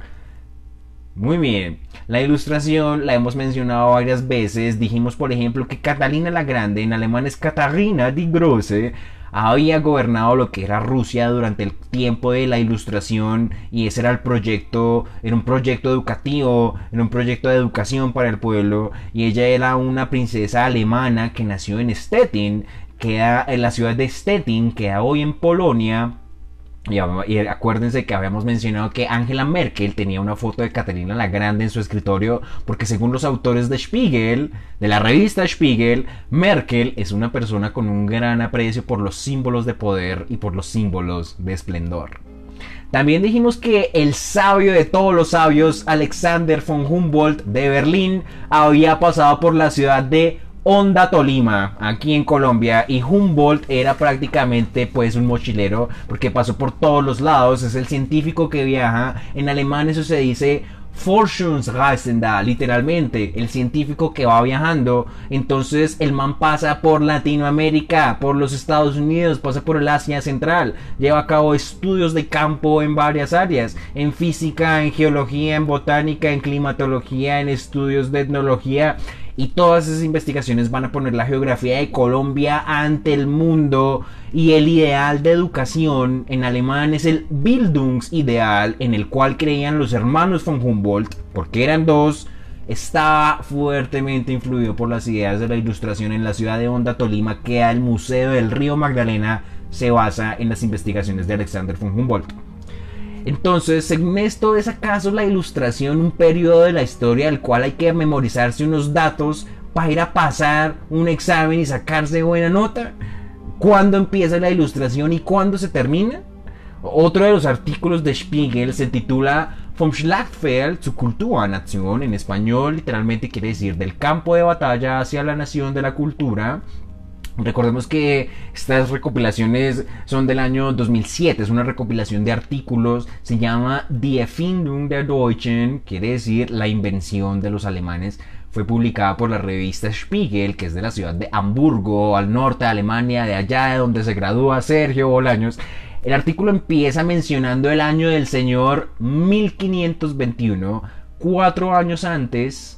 Muy bien, la ilustración la hemos mencionado varias veces. Dijimos, por ejemplo, que Catalina la Grande, en alemán es Katharina die Große, había gobernado lo que era Rusia durante el tiempo de la ilustración, y ese era el proyecto, era un proyecto educativo, era un proyecto de educación para el pueblo, y ella era una princesa alemana que nació en Stettin, queda en la ciudad de Stettin, queda hoy en Polonia. Y, y acuérdense que habíamos mencionado que Angela Merkel tenía una foto de Catalina la Grande en su escritorio, porque según los autores de Spiegel, de la revista Spiegel, Merkel es una persona con un gran aprecio por los símbolos de poder y por los símbolos de esplendor. También dijimos que el sabio de todos los sabios, Alexander von Humboldt de Berlín, había pasado por la ciudad de Honda, Tolima, aquí en Colombia, y Humboldt era prácticamente pues un mochilero porque pasó por todos los lados. Es el científico que viaja. En alemán eso se dice Forschungsreisender, literalmente el científico que va viajando. Entonces el man pasa por Latinoamérica, por los Estados Unidos, pasa por el Asia Central, lleva a cabo estudios de campo en varias áreas, en física, en geología, en botánica, en climatología, en estudios de etnología. Y todas esas investigaciones van a poner la geografía de Colombia ante el mundo. Y el ideal de educación en alemán es el Bildungsideal, en el cual creían los hermanos von Humboldt, porque eran dos. Estaba fuertemente influido por las ideas de la ilustración. En la ciudad de Honda, Tolima, queda el Museo del Río Magdalena, se basa en las investigaciones de Alexander von Humboldt. Entonces, según esto, ¿es acaso la ilustración un periodo de la historia del cual hay que memorizarse unos datos para ir a pasar un examen y sacarse buena nota? ¿Cuándo empieza la ilustración y cuándo se termina? Otro de los artículos de Spiegel se titula Vom Schlachtfeld zur Kulturnation, en español literalmente quiere decir del campo de batalla hacia la nación de la cultura. Recordemos que estas recopilaciones son del año dos mil siete, es una recopilación de artículos, se llama Die Erfindung der Deutschen, quiere decir la invención de los alemanes. Fue publicada por la revista Spiegel, que es de la ciudad de Hamburgo, al norte de Alemania, de allá de donde se gradúa Sergio Bolaños. El artículo empieza mencionando el año del señor mil quinientos veintiuno, cuatro años antes.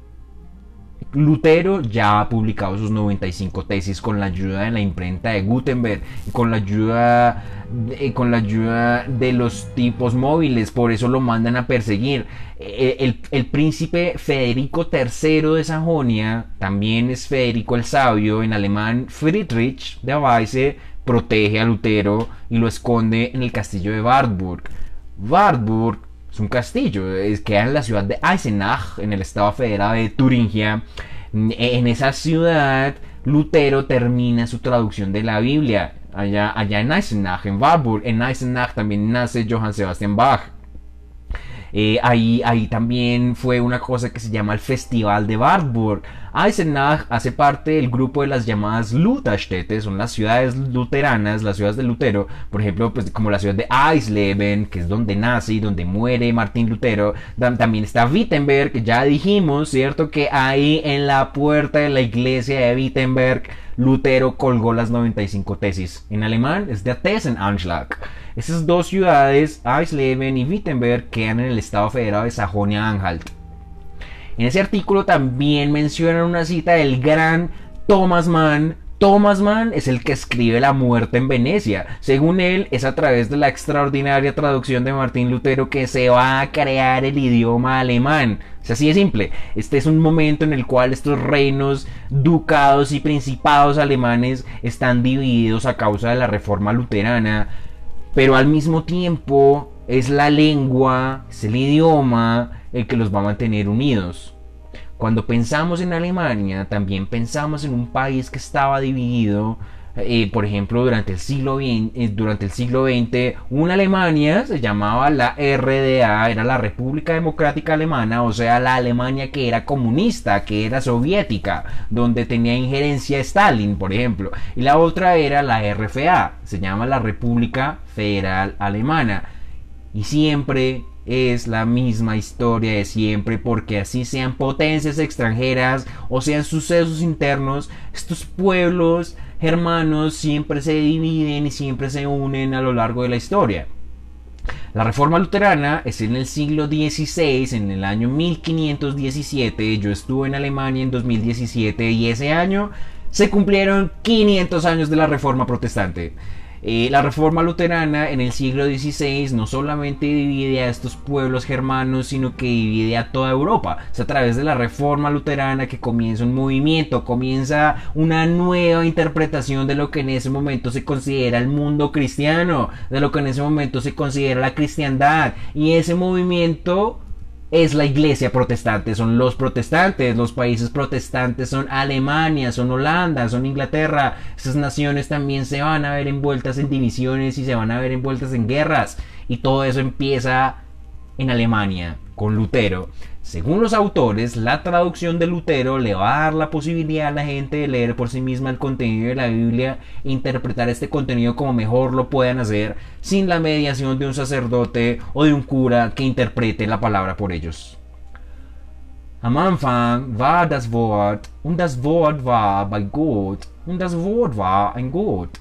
Lutero ya ha publicado sus noventa y cinco tesis con la ayuda de la imprenta de Gutenberg, con la ayuda de, con la ayuda de los tipos móviles, por eso lo mandan a perseguir. El, el, el príncipe Federico tercero de Sajonia, también es Federico el Sabio, en alemán Friedrich de Weisse, protege a Lutero y lo esconde en el castillo de Wartburg. Wartburg es un castillo, es, queda en la ciudad de Eisenach, en el estado federado de Turingia. En esa ciudad, Lutero termina su traducción de la Biblia. Allá, allá en Eisenach, en Wartburg. En Eisenach también nace Johann Sebastian Bach. Eh, ahí, ahí también fue una cosa que se llama el Festival de Wartburg. Eisenach hace parte del grupo de las llamadas Lutherstädte, son las ciudades luteranas, las ciudades de Lutero, por ejemplo, pues como la ciudad de Eisleben, que es donde nace y donde muere Martín Lutero. También está Wittenberg, que ya dijimos, ¿cierto? Que ahí en la puerta de la iglesia de Wittenberg, Lutero colgó las noventa y cinco tesis. En alemán es der Thesenanschlag. Esas dos ciudades, Eisleben y Wittenberg, quedan en el estado federado de Sajonia-Anhalt. En ese artículo también mencionan una cita del gran Thomas Mann. Thomas Mann es el que escribe La muerte en Venecia. Según él, es a través de la extraordinaria traducción de Martín Lutero que se va a crear el idioma alemán. Es así de simple. Este es un momento en el cual estos reinos, ducados y principados alemanes están divididos a causa de la reforma luterana. Pero al mismo tiempo es la lengua, es el idioma el que los va a mantener unidos. Cuando pensamos en Alemania, también pensamos en un país que estaba dividido. Eh, por ejemplo, durante el siglo veinte, eh, durante el siglo veinte, una Alemania se llamaba la R D A, era la República Democrática Alemana, o sea, la Alemania que era comunista, que era soviética, donde tenía injerencia Stalin, por ejemplo. Y la otra era la R F A, se llama la República Federal Alemana. Y siempre es la misma historia de siempre, porque así sean potencias extranjeras o sean sucesos internos, estos pueblos germanos siempre se dividen y siempre se unen a lo largo de la historia. La Reforma Luterana es en el siglo dieciséis, en el año mil quinientos diecisiete. Yo estuve en Alemania en dos mil diecisiete y ese año se cumplieron quinientos años de la Reforma Protestante. Eh, la Reforma Luterana en el siglo dieciséis no solamente divide a estos pueblos germanos, sino que divide a toda Europa. Es a través de la Reforma Luterana que comienza un movimiento, comienza una nueva interpretación de lo que en ese momento se considera el mundo cristiano, de lo que en ese momento se considera la cristiandad. Y ese movimiento es la iglesia protestante, son los protestantes. Los países protestantes son Alemania, son Holanda, son Inglaterra. Estas naciones también se van a ver envueltas en divisiones y se van a ver envueltas en guerras, y todo eso empieza en Alemania con Lutero. Según los autores, la traducción de Lutero le va a dar la posibilidad a la gente de leer por sí misma el contenido de la Biblia e interpretar este contenido como mejor lo puedan hacer, sin la mediación de un sacerdote o de un cura que interprete la palabra por ellos. Am Anfang war das Wort, und das Wort war bei Gott, und das Wort war ein Gott.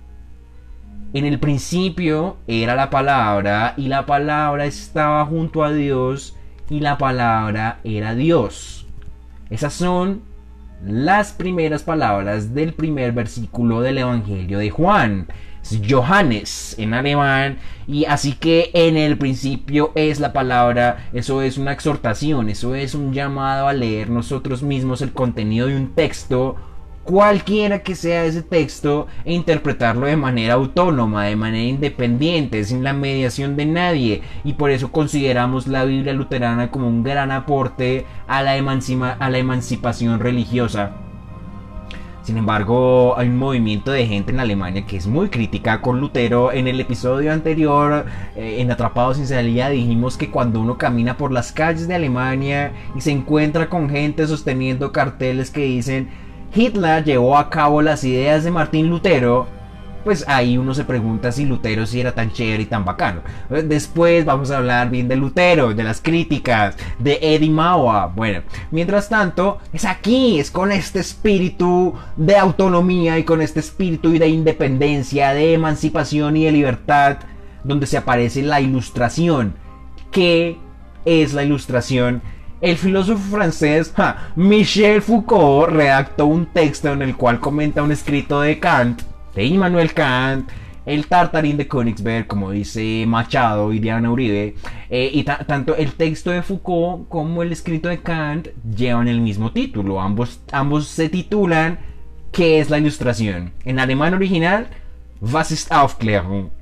En el principio era la palabra, y la palabra estaba junto a Dios, y la palabra era Dios. Esas son las primeras palabras del primer versículo del Evangelio de Juan. Es Johannes en alemán, y así que en el principio es la palabra. Eso es una exhortación, eso es un llamado a leer nosotros mismos el contenido de un texto, cualquiera que sea ese texto, e interpretarlo de manera autónoma, de manera independiente, sin la mediación de nadie. Y por eso consideramos la Biblia luterana como un gran aporte a la, emancipa- a la emancipación religiosa. Sin embargo, hay un movimiento de gente en Alemania que es muy crítica con Lutero. En el episodio anterior, eh, en Atrapados sin Salida, dijimos que cuando uno camina por las calles de Alemania y se encuentra con gente sosteniendo carteles que dicen Hitler llevó a cabo las ideas de Martín Lutero, pues ahí uno se pregunta si Lutero sí era tan chévere y tan bacano. Después vamos a hablar bien de Lutero, de las críticas, de Eddie Mauer. Bueno, mientras tanto, es aquí, es con este espíritu de autonomía y con este espíritu de independencia, de emancipación y de libertad, donde se aparece la Ilustración. ¿Qué es la Ilustración? El filósofo francés ja, Michel Foucault redactó un texto en el cual comenta un escrito de Kant, de Immanuel Kant, el Tartarín de Königsberg, como dice Machado y Diana Uribe, eh, y ta- tanto el texto de Foucault como el escrito de Kant llevan el mismo título. Ambos, ambos se titulan ¿Qué es la Ilustración? En alemán original, Was ist Aufklärung?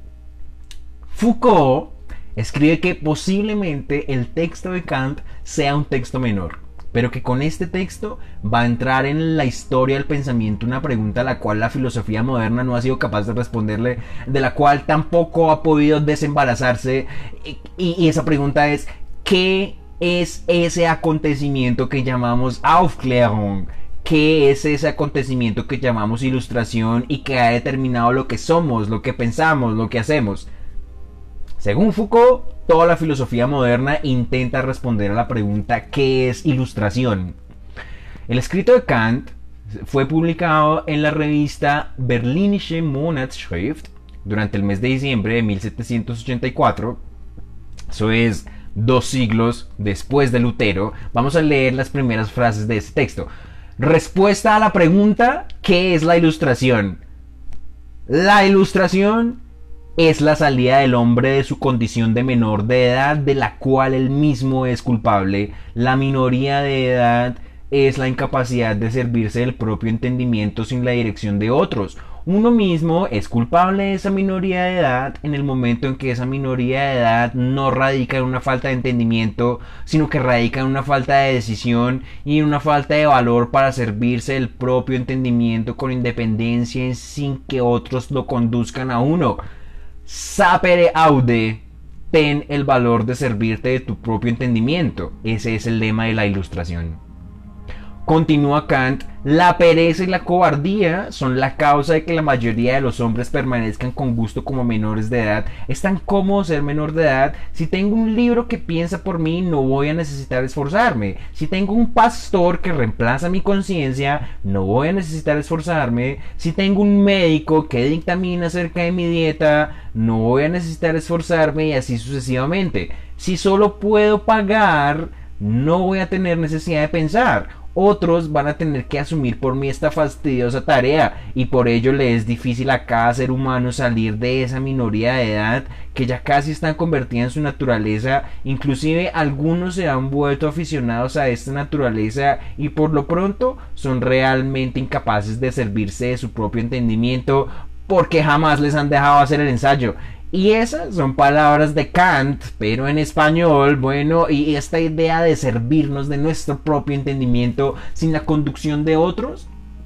Foucault escribe que posiblemente el texto de Kant sea un texto menor, pero que con este texto va a entrar en la historia del pensamiento una pregunta a la cual la filosofía moderna no ha sido capaz de responderle, de la cual tampoco ha podido desembarazarse, y, y esa pregunta es ¿qué es ese acontecimiento que llamamos Aufklärung? ¿Qué es ese acontecimiento que llamamos ilustración y que ha determinado lo que somos, lo que pensamos, lo que hacemos? Según Foucault, toda la filosofía moderna intenta responder a la pregunta ¿qué es ilustración? El escrito de Kant fue publicado en la revista Berlinische Monatsschrift durante el mes de diciembre de mil setecientos ochenta y cuatro. Eso es dos siglos después de Lutero. Vamos a leer las primeras frases de este texto. Respuesta a la pregunta ¿qué es la ilustración? La ilustración es la salida del hombre de su condición de menor de edad, de la cual él mismo es culpable. La minoría de edad es la incapacidad de servirse del propio entendimiento sin la dirección de otros. Uno mismo es culpable de esa minoría de edad en el momento en que esa minoría de edad no radica en una falta de entendimiento, sino que radica en una falta de decisión y en una falta de valor para servirse del propio entendimiento con independencia sin que otros lo conduzcan a uno. Sapere aude, ten el valor de servirte de tu propio entendimiento. Ese es el lema de la Ilustración. Continúa Kant, la pereza y la cobardía son la causa de que la mayoría de los hombres permanezcan con gusto como menores de edad. Es tan cómodo ser menor de edad. Si tengo un libro que piensa por mí, no voy a necesitar esforzarme. Si tengo un pastor que reemplaza mi conciencia, no voy a necesitar esforzarme. Si tengo un médico que dictamina acerca de mi dieta, no voy a necesitar esforzarme, y así sucesivamente. Si solo puedo pagar, no voy a tener necesidad de pensar. Otros van a tener que asumir por mí esta fastidiosa tarea, y por ello le es difícil a cada ser humano salir de esa minoría de edad que ya casi están convertida en su naturaleza. Inclusive algunos se han vuelto aficionados a esta naturaleza y por lo pronto son realmente incapaces de servirse de su propio entendimiento porque jamás les han dejado hacer el ensayo. Y esas son palabras de Kant, pero en español. Bueno, y esta idea de servirnos de nuestro propio entendimiento sin la conducción de otros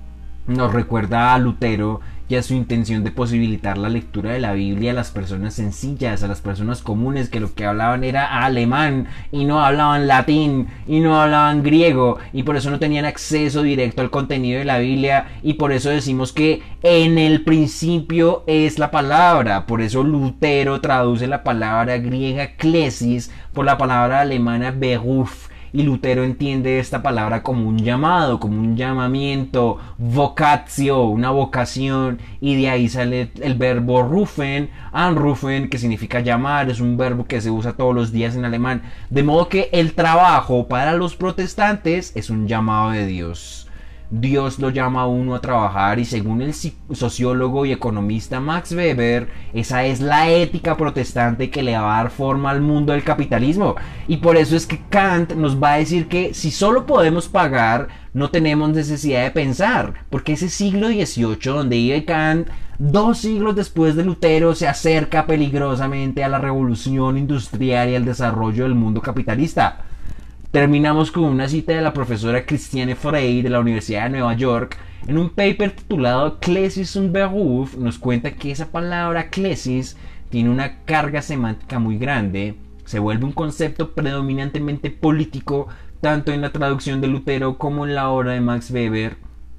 nos recuerda a Lutero y a su intención de posibilitar la lectura de la Biblia a las personas sencillas, a las personas comunes que lo que hablaban era alemán y no hablaban latín y no hablaban griego, y por eso no tenían acceso directo al contenido de la Biblia, y por eso decimos que en el principio es la palabra. Por eso Lutero traduce la palabra griega klesis por la palabra alemana Beruf. Y Lutero entiende esta palabra como un llamado, como un llamamiento, vocatio, una vocación, y de ahí sale el verbo rufen, anrufen, que significa llamar, es un verbo que se usa todos los días en alemán. De modo que el trabajo para los protestantes es un llamado de Dios. Dios lo llama a uno a trabajar, y según el sociólogo y economista Max Weber, esa es la ética protestante que le va a dar forma al mundo del capitalismo. Y por eso es que Kant nos va a decir que si solo podemos pagar, no tenemos necesidad de pensar, porque ese siglo dieciocho donde vive Kant, dos siglos después de Lutero, se acerca peligrosamente a la revolución industrial y al desarrollo del mundo capitalista. Terminamos con una cita de la profesora Christiane Frey de la Universidad de Nueva York. En un paper titulado Klesis und Beruf nos cuenta que esa palabra klesis tiene una carga semántica muy grande, se vuelve un concepto predominantemente político tanto en la traducción de Lutero como en la obra de Max Weber.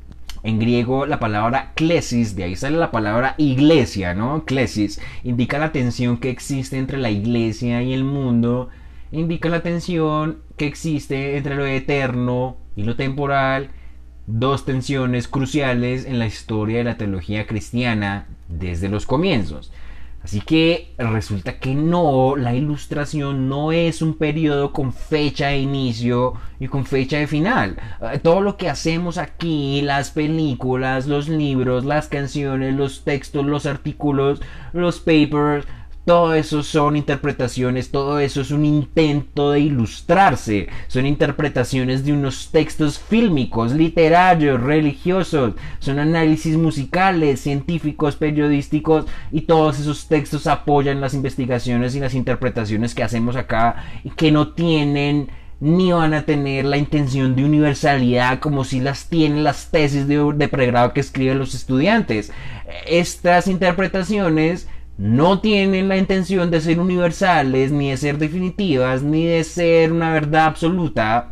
En griego la palabra klesis, de ahí sale la palabra iglesia, ¿no? Klesis indica la tensión que existe entre la iglesia y el mundo, indica la tensión que existe entre lo eterno y lo temporal, dos tensiones cruciales en la historia de la teología cristiana desde los comienzos. Así que resulta que no, la Ilustración no es un periodo con fecha de inicio y con fecha de final. Todo lo que hacemos aquí, las películas, los libros, las canciones, los textos, los artículos, los papers, todo eso son interpretaciones, todo eso es un intento de ilustrarse, son interpretaciones de unos textos fílmicos, literarios, religiosos, son análisis musicales, científicos, periodísticos, y todos esos textos apoyan las investigaciones y las interpretaciones que hacemos acá, y que no tienen ni van a tener la intención de universalidad como si las tienen las tesis de, de pregrado que escriben los estudiantes. Estas interpretaciones no tienen la intención de ser universales, ni de ser definitivas, ni de ser una verdad absoluta.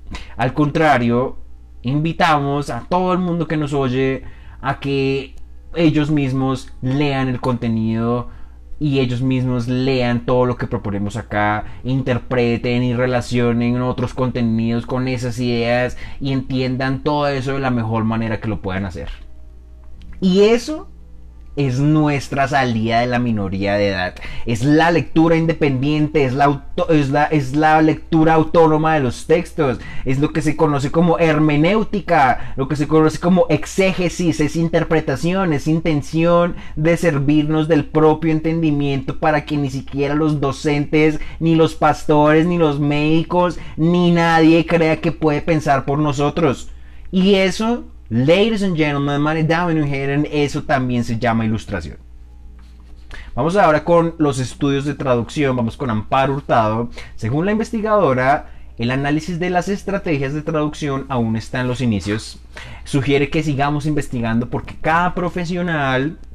Al contrario, invitamos a todo el mundo que nos oye a que ellos mismos lean el contenido y ellos mismos lean todo lo que proponemos acá, interpreten y relacionen otros contenidos con esas ideas y entiendan todo eso de la mejor manera que lo puedan hacer. Y eso es nuestra salida de la minoría de edad. Es la lectura independiente, es la, auto, es, la, es la lectura autónoma de los textos, es lo que se conoce como hermenéutica, lo que se conoce como exégesis, es interpretación, es intención de servirnos del propio entendimiento para que ni siquiera los docentes, ni los pastores, ni los médicos, ni nadie crea que puede pensar por nosotros. Y eso, ladies and gentlemen, meine Damen und Herren, eso también se llama ilustración. Vamos ahora con los estudios de traducción. Vamos con Amparo Hurtado. Según la investigadora, el análisis de las estrategias de traducción aún está en los inicios. Sugiere que sigamos investigando porque cada profesional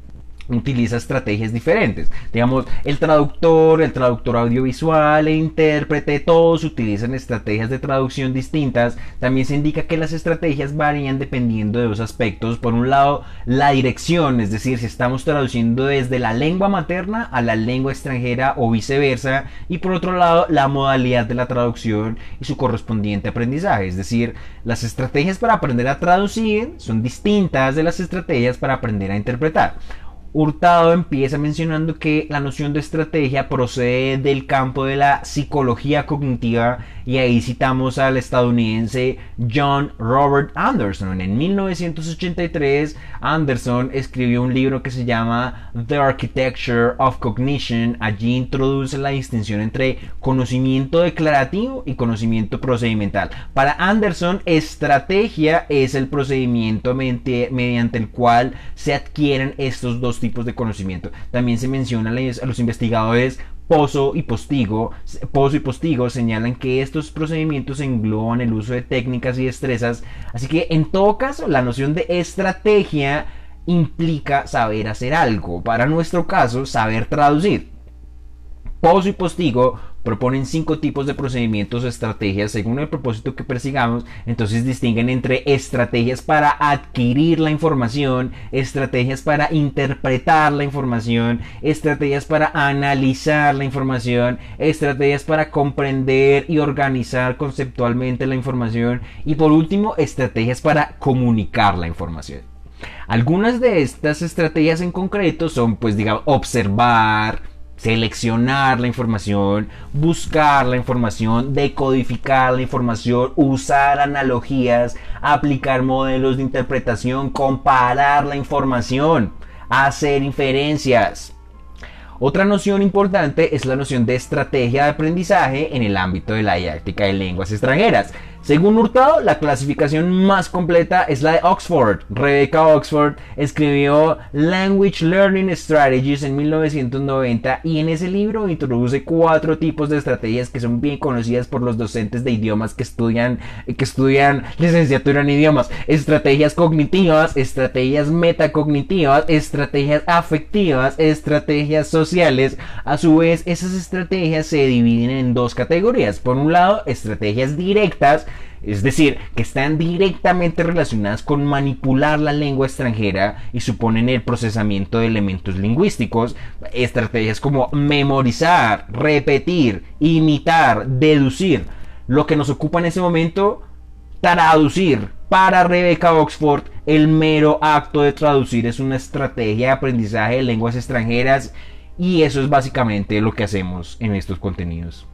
utiliza estrategias diferentes. Digamos, el traductor, el traductor audiovisual e intérprete, todos utilizan estrategias de traducción distintas. También se indica que las estrategias varían dependiendo de dos aspectos. Por un lado, la dirección, es decir, si estamos traduciendo desde la lengua materna a la lengua extranjera o viceversa. Y por otro lado, la modalidad de la traducción y su correspondiente aprendizaje. Es decir, las estrategias para aprender a traducir son distintas de las estrategias para aprender a interpretar. Hurtado empieza mencionando que la noción de estrategia procede del campo de la psicología cognitiva, y ahí citamos al estadounidense John Robert Anderson. En mil novecientos ochenta y tres, Anderson escribió un libro que se llama The Architecture of Cognition. Allí introduce la distinción entre conocimiento declarativo y conocimiento procedimental. Para Anderson, estrategia es el procedimiento mediante el cual se adquieren estos dos tipos de conocimiento. También se menciona a los investigadores Pozo y Postigo. Pozo y Postigo señalan que estos procedimientos engloban el uso de técnicas y destrezas. Así que en todo caso, la noción de estrategia implica saber hacer algo. Para nuestro caso, saber traducir. Pozo y Postigo proponen cinco tipos de procedimientos o estrategias según el propósito que persigamos. Entonces distinguen entre estrategias para adquirir la información, estrategias para interpretar la información, estrategias para analizar la información, estrategias para comprender y organizar conceptualmente la información, y por último, estrategias para comunicar la información. Algunas de estas estrategias en concreto son, pues digamos, observar, seleccionar la información, buscar la información, decodificar la información, usar analogías, aplicar modelos de interpretación, comparar la información, hacer inferencias. Otra noción importante es la noción de estrategia de aprendizaje en el ámbito de la didáctica de lenguas extranjeras. Según Hurtado, la clasificación más completa es la de Oxford. Rebecca Oxford escribió Language Learning Strategies en mil novecientos noventa, y en ese libro introduce cuatro tipos de estrategias que son bien conocidas por los docentes de idiomas que estudian, que estudian licenciatura en idiomas. Estrategias cognitivas, estrategias metacognitivas, estrategias afectivas, estrategias sociales. A su vez, esas estrategias se dividen en dos categorías. Por un lado, estrategias directas, es decir, que están directamente relacionadas con manipular la lengua extranjera y suponen el procesamiento de elementos lingüísticos. Estrategias como memorizar, repetir, imitar, deducir. Lo que nos ocupa en ese momento, traducir. Para Rebecca Oxford, el mero acto de traducir es una estrategia de aprendizaje de lenguas extranjeras, y eso es básicamente lo que hacemos en estos contenidos.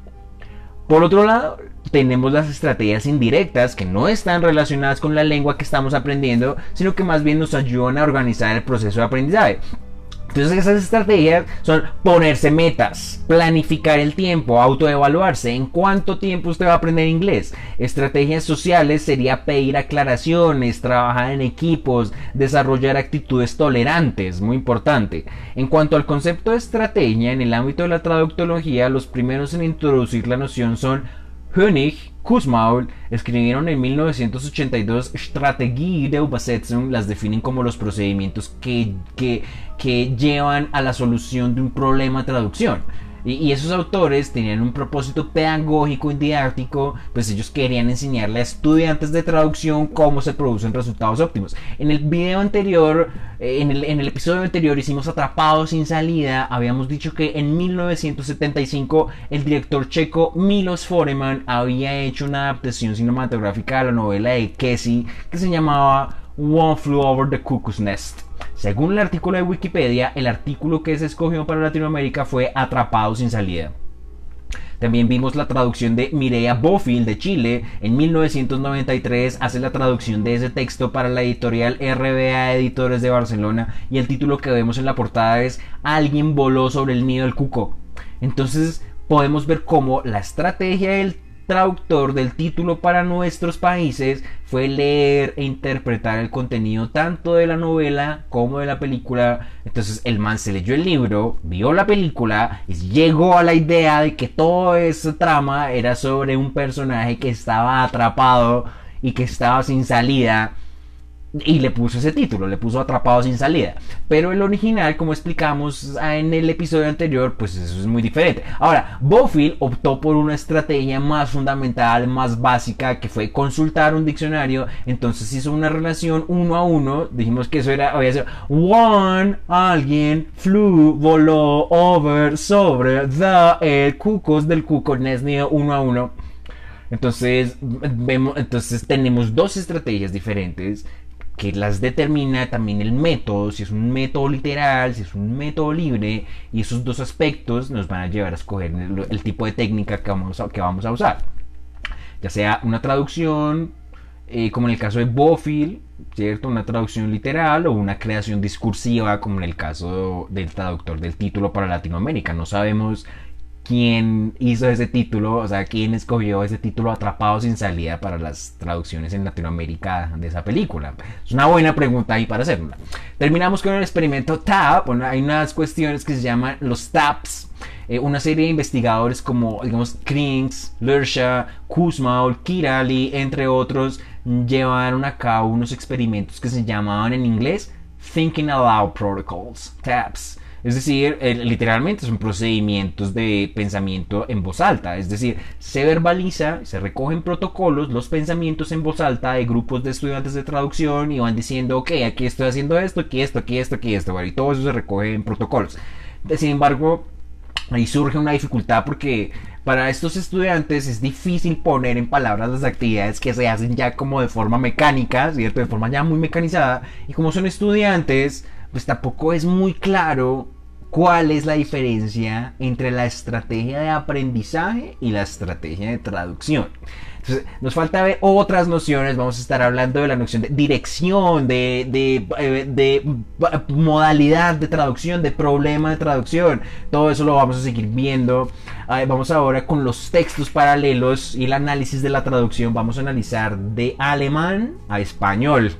Por otro lado, tenemos las estrategias indirectas, que no están relacionadas con la lengua que estamos aprendiendo, sino que más bien nos ayudan a organizar el proceso de aprendizaje. Entonces esas estrategias son ponerse metas, planificar el tiempo, autoevaluarse en cuánto tiempo usted va a aprender inglés. Estrategias sociales sería pedir aclaraciones, trabajar en equipos, desarrollar actitudes tolerantes, muy importante. En cuanto al concepto de estrategia en el ámbito de la traductología, los primeros en introducir la noción son Hönig, Kussmaul. Escribieron en mil novecientos ochenta y dos Strategie der Übersetzung. Las definen como los procedimientos que, que, que llevan a la solución de un problema de traducción. Y, y esos autores tenían un propósito pedagógico y didáctico, pues ellos querían enseñarle a estudiantes de traducción cómo se producen resultados óptimos. En el video anterior, eh, en, el, en el episodio anterior hicimos Atrapados sin salida. Habíamos dicho que en mil novecientos setenta y cinco el director checo Milos Forman había hecho una adaptación cinematográfica de la novela de Kesey que se llamaba One Flew Over the Cuckoo's Nest. Según el artículo de Wikipedia, el artículo que se escogió para Latinoamérica fue Atrapados sin salida. También vimos la traducción de Mireia Bofill de Chile. En mil novecientos noventa y tres hace la traducción de ese texto para la editorial R B A Editores de Barcelona, y el título que vemos en la portada es Alguien voló sobre el nido del cuco. Entonces podemos ver cómo la estrategia del traductor del título para nuestros países fue leer e interpretar el contenido tanto de la novela como de la película. Entonces el man se leyó el libro, vio la película y llegó a la idea de que toda esa trama era sobre un personaje que estaba atrapado y que estaba sin salida. y le puso ese título, le puso Atrapado sin salida. Pero el original, como explicamos en el episodio anterior, pues eso es muy diferente. Ahora, Bofill optó por una estrategia más fundamental, más básica, que fue consultar un diccionario. Entonces hizo una relación uno a uno. Dijimos que eso era, había sido one, alguien, flew, voló, over, sobre, the, el, cucos, del cuco, nesnido, uno a uno. Entonces, vemos, entonces tenemos dos estrategias diferentes que las determina también el método, si es un método literal, si es un método libre, y esos dos aspectos nos van a llevar a escoger el, el tipo de técnica que vamos a, que vamos a usar. Ya sea una traducción, eh, como en el caso de Bofill, ¿cierto? Una traducción literal, o una creación discursiva, como en el caso del traductor del título para Latinoamérica. No sabemos quién hizo ese título, o sea, quién escogió ese título Atrapado sin salida para las traducciones en Latinoamérica de esa película. Es una buena pregunta ahí para hacerla. Terminamos con el experimento T A P. Bueno, hay unas cuestiones que se llaman los T A Ps. Eh, una serie de investigadores como, digamos, Krings, Lursha, Kussmaul, Kirali, entre otros, llevaron a cabo unos experimentos que se llamaban en inglés Thinking Aloud Protocols, T A Ps. Es decir, eh, literalmente son procedimientos de pensamiento en voz alta. Es decir, se verbaliza, se recogen protocolos, los pensamientos en voz alta de grupos de estudiantes de traducción y van diciendo, ok, aquí estoy haciendo esto, aquí esto, aquí esto, aquí esto. Bueno, y todo eso se recoge en protocolos. Sin embargo, ahí surge una dificultad porque para estos estudiantes es difícil poner en palabras las actividades que se hacen ya como de forma mecánica, ¿cierto? De forma ya muy mecanizada. Y como son estudiantes, pues tampoco es muy claro cuál es la diferencia entre la estrategia de aprendizaje y la estrategia de traducción. Entonces, nos falta ver otras nociones. Vamos a estar hablando de la noción de dirección, de, de, de, de modalidad de traducción, de problema de traducción. Todo eso lo vamos a seguir viendo. Eh, vamos ahora con los textos paralelos y el análisis de la traducción. Vamos a analizar de alemán a español.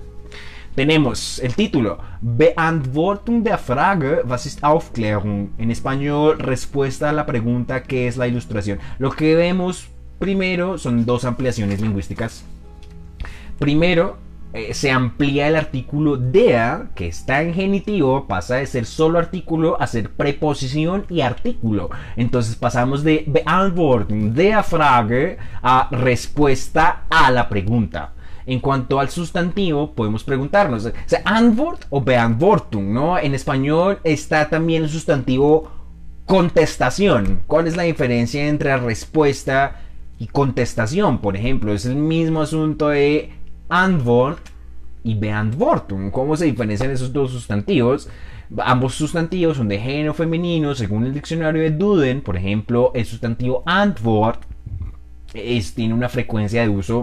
Tenemos el título Beantwortung der Frage, was ist Aufklärung? En español, respuesta a la pregunta ¿qué es la ilustración? Lo que vemos primero son dos ampliaciones lingüísticas. Primero, eh, se amplía el artículo der, que está en genitivo, pasa de ser solo artículo a ser preposición y artículo. Entonces pasamos de Beantwortung der Frage a respuesta a la pregunta. En cuanto al sustantivo, podemos preguntarnos, o sea, Antwort o Beantwortung, ¿no? En español está también el sustantivo contestación. ¿Cuál es la diferencia entre respuesta y contestación? Por ejemplo, es el mismo asunto de Antwort y Beantwortung. ¿Cómo se diferencian esos dos sustantivos? Ambos sustantivos son de género femenino, según el diccionario de Duden. Por ejemplo, el sustantivo Antwort es, tiene una frecuencia de uso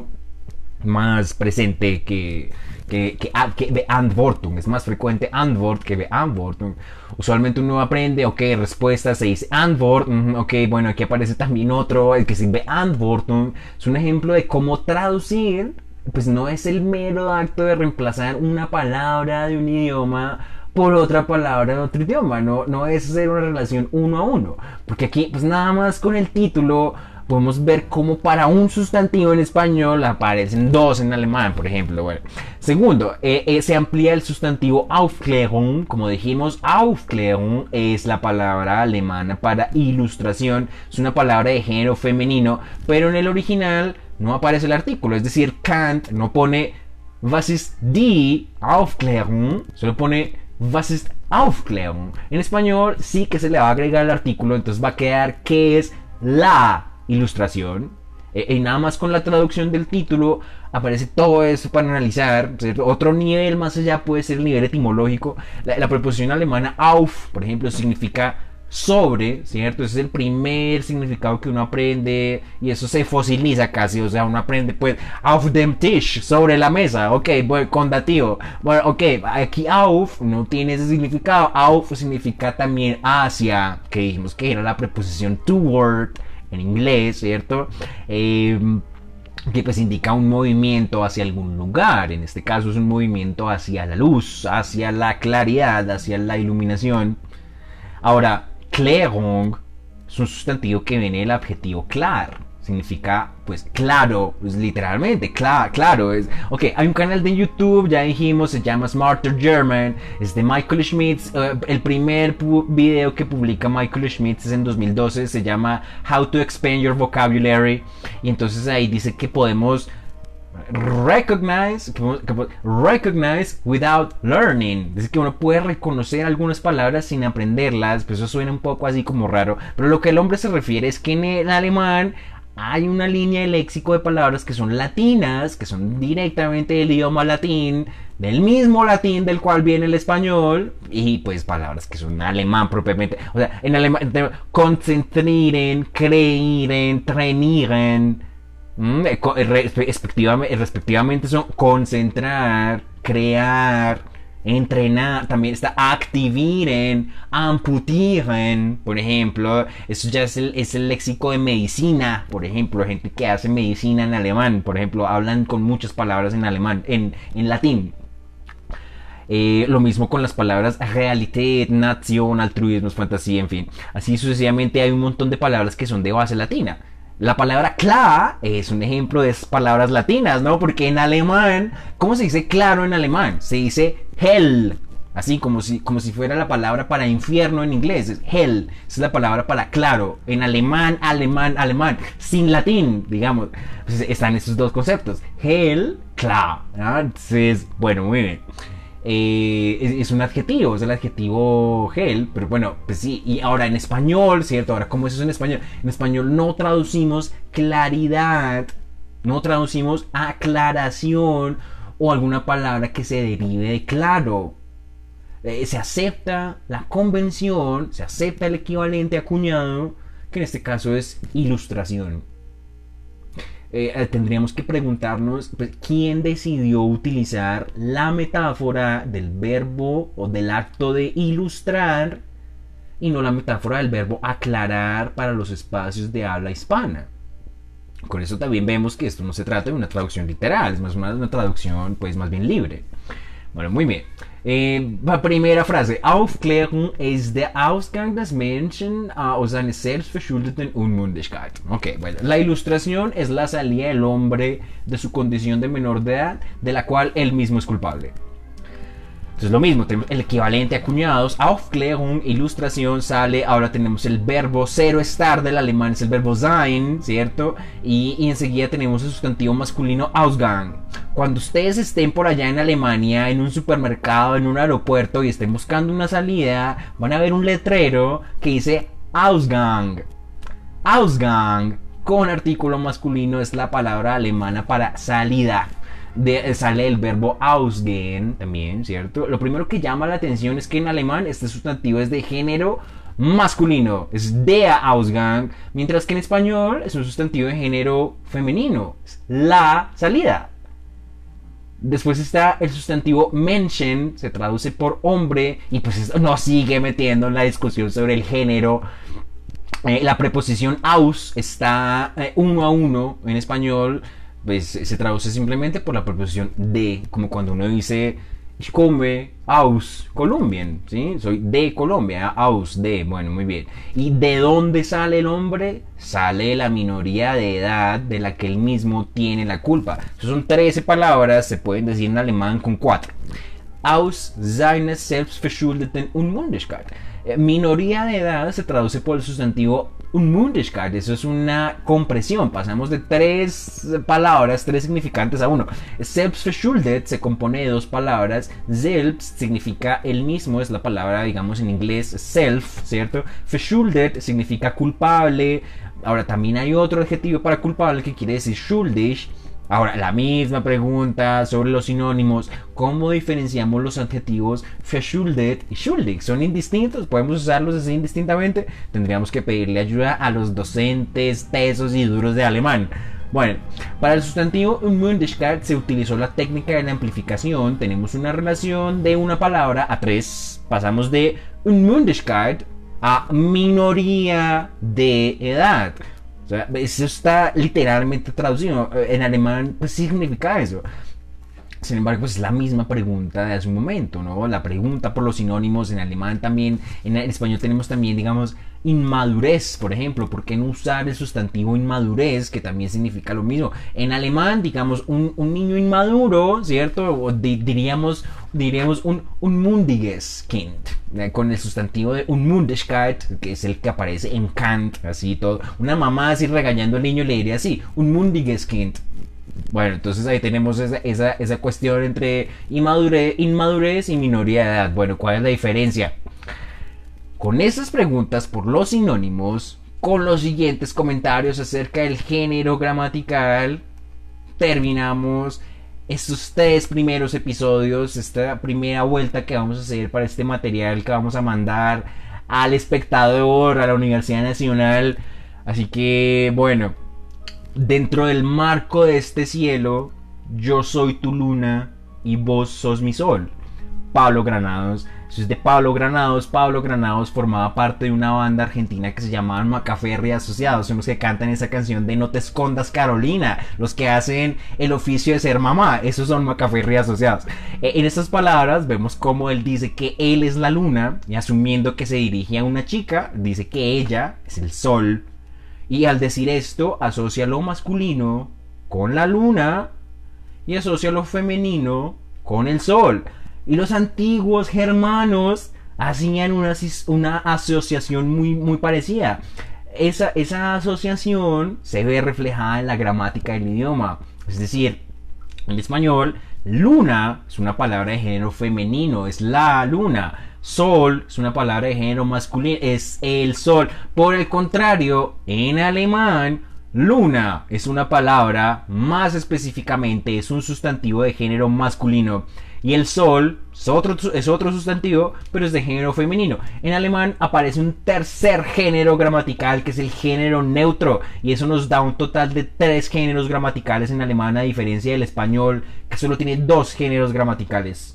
más presente que, que, que, que Beantwortung. Es más frecuente Antwort que Beantwortung. Usualmente uno aprende, ok, respuesta se dice Antwort, ok, bueno, aquí aparece también otro, el que se Beantwortung. Es un ejemplo de cómo traducir, pues no es el mero acto de reemplazar una palabra de un idioma por otra palabra de otro idioma, no, no es hacer una relación uno a uno, porque aquí pues nada más con el título podemos ver cómo para un sustantivo en español aparecen dos en alemán, por ejemplo. Bueno. Segundo, eh, eh, se amplía el sustantivo Aufklärung. Como dijimos, Aufklärung es la palabra alemana para ilustración. Es una palabra de género femenino, pero en el original no aparece el artículo. Es decir, Kant no pone Was ist die Aufklärung, solo pone Was ist Aufklärung. En español sí que se le va a agregar el artículo, entonces va a quedar ¿qué es la ilustración? Eh, y nada más con la traducción del título aparece todo eso para analizar, ¿cierto? Otro nivel más allá puede ser el nivel etimológico. La, la preposición alemana auf, por ejemplo, significa sobre, ¿cierto? Ese es el primer significado que uno aprende y eso se fosiliza casi, o sea, uno aprende pues auf dem Tisch, sobre la mesa, ok, bueno, con dativo, bueno, ok, aquí auf no tiene ese significado. Auf significa también hacia, que dijimos que era la preposición toward en inglés, ¿cierto? Eh, que pues indica un movimiento hacia algún lugar. En este caso es un movimiento hacia la luz, hacia la claridad, hacia la iluminación. Ahora, Klärung es un sustantivo que viene del adjetivo klar, significa, pues, claro, pues, literalmente, cla claro. Es, ok, hay un canal de YouTube, ya dijimos, se llama Smarter German, es de Michael Schmitz. Uh, el primer video que publica Michael Schmitz es en dos mil doce, se llama How to Expand Your Vocabulary. Y entonces ahí dice que podemos recognize, que podemos, que podemos, recognize without learning. Dice que uno puede reconocer algunas palabras sin aprenderlas, pues eso suena un poco así como raro. Pero lo que el hombre se refiere es que en el alemán hay una línea de léxico de palabras que son latinas, que son directamente del idioma latín, del mismo latín del cual viene el español, y pues palabras que son alemán propiamente. O sea, en alemán, conzentrieren, kreieren, trainieren, mm, respectivamente, respectivamente son concentrar, crear, entrenar. También está activieren, amputieren, por ejemplo. Eso ya es el, es el léxico de medicina, por ejemplo. Gente que hace medicina en alemán, por ejemplo, hablan con muchas palabras en alemán, en, en latín. Eh, lo mismo con las palabras Realität, Nation, altruismo, fantasía, en fin. Así sucesivamente hay un montón de palabras que son de base latina. La palabra klar es un ejemplo de palabras latinas, ¿no? Porque en alemán, ¿cómo se dice claro en alemán? Se dice hell, así como si, como si fuera la palabra para infierno en inglés. Es hell, es la palabra para claro. En alemán, alemán, alemán, sin latín, digamos. Pues están esos dos conceptos. Hell, klar, ¿no? Entonces, bueno, muy bien. Eh, es, es un adjetivo, es el adjetivo hell, pero bueno, pues sí. Y ahora en español, ¿cierto? Ahora, ¿cómo es eso en español? En español no traducimos claridad, no traducimos aclaración o alguna palabra que se derive de claro. Eh, se acepta la convención, se acepta el equivalente acuñado, que en este caso es ilustración. Eh, tendríamos que preguntarnos, pues, quién decidió utilizar la metáfora del verbo o del acto de ilustrar y no la metáfora del verbo aclarar para los espacios de habla hispana. Con eso también vemos que esto no se trata de una traducción literal, es más una, una traducción, pues, más bien libre. Bueno, muy bien. Eh, la primera frase. Aufklärung ist der Ausgang des Menschen aus seiner selbstverschuldeten Unmündigkeit. Ok, bueno. La ilustración es la salida del hombre de su condición de menor de edad, de la cual él mismo es culpable. Entonces lo mismo, tenemos el equivalente acuñados, Aufklärung, ilustración, sale, ahora tenemos el verbo cero estar del alemán, es el verbo sein, ¿cierto? Y, y enseguida tenemos el sustantivo masculino Ausgang. Cuando ustedes estén por allá en Alemania, en un supermercado, en un aeropuerto y estén buscando una salida, van a ver un letrero que dice Ausgang. Ausgang, con artículo masculino, es la palabra alemana para salida. De, sale el verbo ausgehen también, ¿cierto? Lo primero que llama la atención es que en alemán este sustantivo es de género masculino, es der Ausgang, mientras que en español es un sustantivo de género femenino, es la salida. Después está el sustantivo Menschen, se traduce por hombre, y pues esto nos sigue metiendo en la discusión sobre el género. Eh, la preposición aus está eh, uno a uno en español. Pues se traduce simplemente por la preposición de, como cuando uno dice ich komme aus Kolumbien, ¿sí? Soy de Colombia, aus, de, bueno, muy bien. ¿Y de dónde sale el hombre? Sale de la minoría de edad de la que él mismo tiene la culpa. Eso son trece palabras, se pueden decir en alemán con cuatro. Aus seiner selbstverschuldeten Unmündigkeit. Minoría de edad se traduce por el sustantivo Unmündigkeit. Eso es una compresión. Pasamos de tres palabras, tres significantes a uno. Selbstverschuldet se compone de dos palabras. Selbst significa el mismo, es la palabra, digamos, en inglés self, ¿cierto? Verschuldet significa culpable. Ahora también hay otro adjetivo para culpable que quiere decir schuldig. Ahora, la misma pregunta sobre los sinónimos. ¿Cómo diferenciamos los adjetivos verschuldet y schuldig? ¿Son indistintos? ¿Podemos usarlos así indistintamente? Tendríamos que pedirle ayuda a los docentes tesos y duros de alemán. Bueno, para el sustantivo Unmündigkeit se utilizó la técnica de la amplificación. Tenemos una relación de una palabra a tres. Pasamos de Unmündigkeit a minoría de edad. O sea, eso está literalmente traducido. En alemán, pues significa eso. Sin embargo, pues es la misma pregunta de hace un momento, ¿no? La pregunta por los sinónimos en alemán también, en español tenemos también, digamos, inmadurez, por ejemplo. ¿Por qué no usar el sustantivo inmadurez, que también significa lo mismo? En alemán, digamos, un, un niño inmaduro, ¿cierto? O di, diríamos, diríamos un unmundiges Kind, ¿eh? Con el sustantivo de Unmündigkeit, que es el que aparece en Kant, así todo. Una mamá así regañando al niño le diría así, unmundiges Kind. Bueno, entonces ahí tenemos esa, esa, esa cuestión entre inmadurez, inmadurez y minoría de edad. Bueno, ¿cuál es la diferencia? Con esas preguntas por los sinónimos, con los siguientes comentarios acerca del género gramatical, terminamos estos tres primeros episodios, esta primera vuelta que vamos a hacer para este material que vamos a mandar al espectador, a la Universidad Nacional. Así que, bueno, dentro del marco de este cielo, yo soy tu luna y vos sos mi sol. Pablo Granados. Eso es de Pablo Granados. Pablo Granados formaba parte de una banda argentina que se llamaban Macaferri Asociados. Son los que cantan esa canción de No te escondas, Carolina. Los que hacen el oficio de ser mamá. Esos son Macaferri Asociados. En estas palabras vemos cómo él dice que él es la luna, y asumiendo que se dirige a una chica, dice que ella es el sol. Y al decir esto, asocia lo masculino con la luna y asocia lo femenino con el sol. Y los antiguos germanos hacían una, una asociación muy, muy parecida. Esa, esa asociación se ve reflejada en la gramática del idioma. Es decir, en español, luna es una palabra de género femenino, es la luna. Sol es una palabra de género masculino, es el sol. Por el contrario, en alemán, luna es una palabra, más específicamente es un sustantivo de género masculino. Y el sol es otro, es otro sustantivo, pero es de género femenino. En alemán aparece un tercer género gramatical, que es el género neutro. Y eso nos da un total de tres géneros gramaticales en alemán, a diferencia del español, que solo tiene dos géneros gramaticales.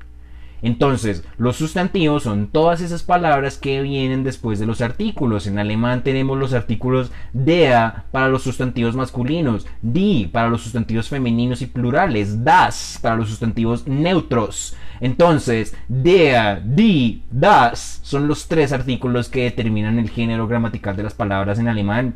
Entonces, los sustantivos son todas esas palabras que vienen después de los artículos. En alemán tenemos los artículos der para los sustantivos masculinos, die para los sustantivos femeninos y plurales, das para los sustantivos neutros. Entonces, der, die, das son los tres artículos que determinan el género gramatical de las palabras en alemán.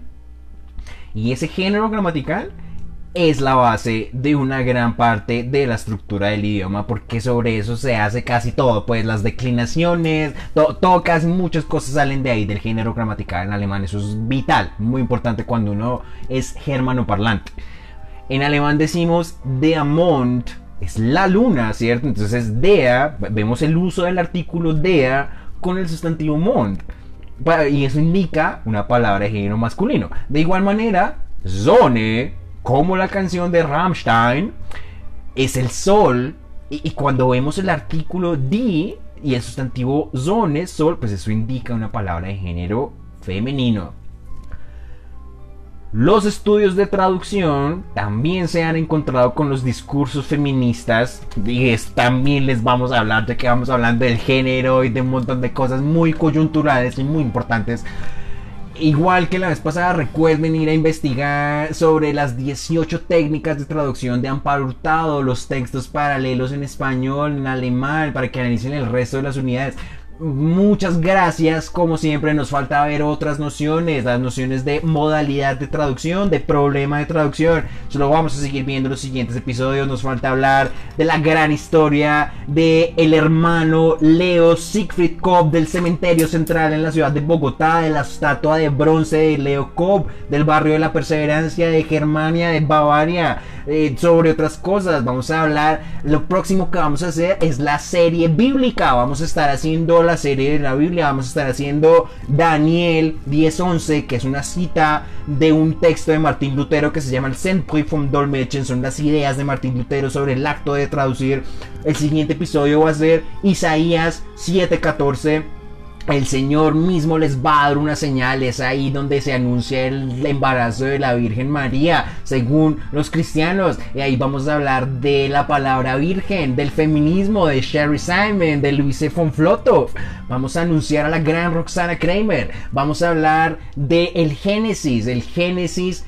Y ese género gramatical es la base de una gran parte de la estructura del idioma, porque sobre eso se hace casi todo, pues las declinaciones, todo, todo, casi muchas cosas salen de ahí, del género gramatical en alemán. Eso es vital, muy importante cuando uno es germanoparlante. En alemán decimos der Mond, es la luna, ¿cierto? Entonces der, vemos el uso del artículo der con el sustantivo Mond, y eso indica una palabra de género masculino. De igual manera, Sonne, como la canción de Rammstein, es el sol, y, y cuando vemos el artículo die y el sustantivo Sonne, sol, pues eso indica una palabra de género femenino. Los estudios de traducción también se han encontrado con los discursos feministas, y es, también les vamos a hablar de que vamos hablando del género y de un montón de cosas muy coyunturales y muy importantes. Igual que la vez pasada, recuerden ir a investigar sobre las dieciocho técnicas de traducción de Amparo Hurtado, los textos paralelos en español, en alemán, para que analicen el resto de las unidades. Muchas gracias, como siempre nos falta ver otras nociones, las nociones de modalidad de traducción, de problema de traducción. Eso lo vamos a seguir viendo en los siguientes episodios. Nos falta hablar de la gran historia de el hermano Leo Siegfried Kopp del cementerio central en la ciudad de Bogotá, de la estatua de bronce de Leo Kopp, del barrio de la Perseverancia de Germania, de Bavaria, eh, sobre otras cosas. Vamos a hablar, lo próximo que vamos a hacer es la serie bíblica. Vamos a estar haciendo la serie de la Biblia, vamos a estar haciendo Daniel diez once, que es una cita de un texto de Martín Lutero que se llama el Sendbrief vom Dolmetschen. Son las ideas de Martín Lutero sobre el acto de traducir. El siguiente episodio va a ser Isaías siete catorce. El Señor mismo les va a dar una señal, es ahí donde se anuncia el embarazo de la Virgen María, según los cristianos. Y ahí vamos a hablar de la palabra virgen, del feminismo, de Sherry Simon, de Luise von Flotow. Vamos a anunciar a la gran Roxana Kramer. Vamos a hablar del Génesis, el Génesis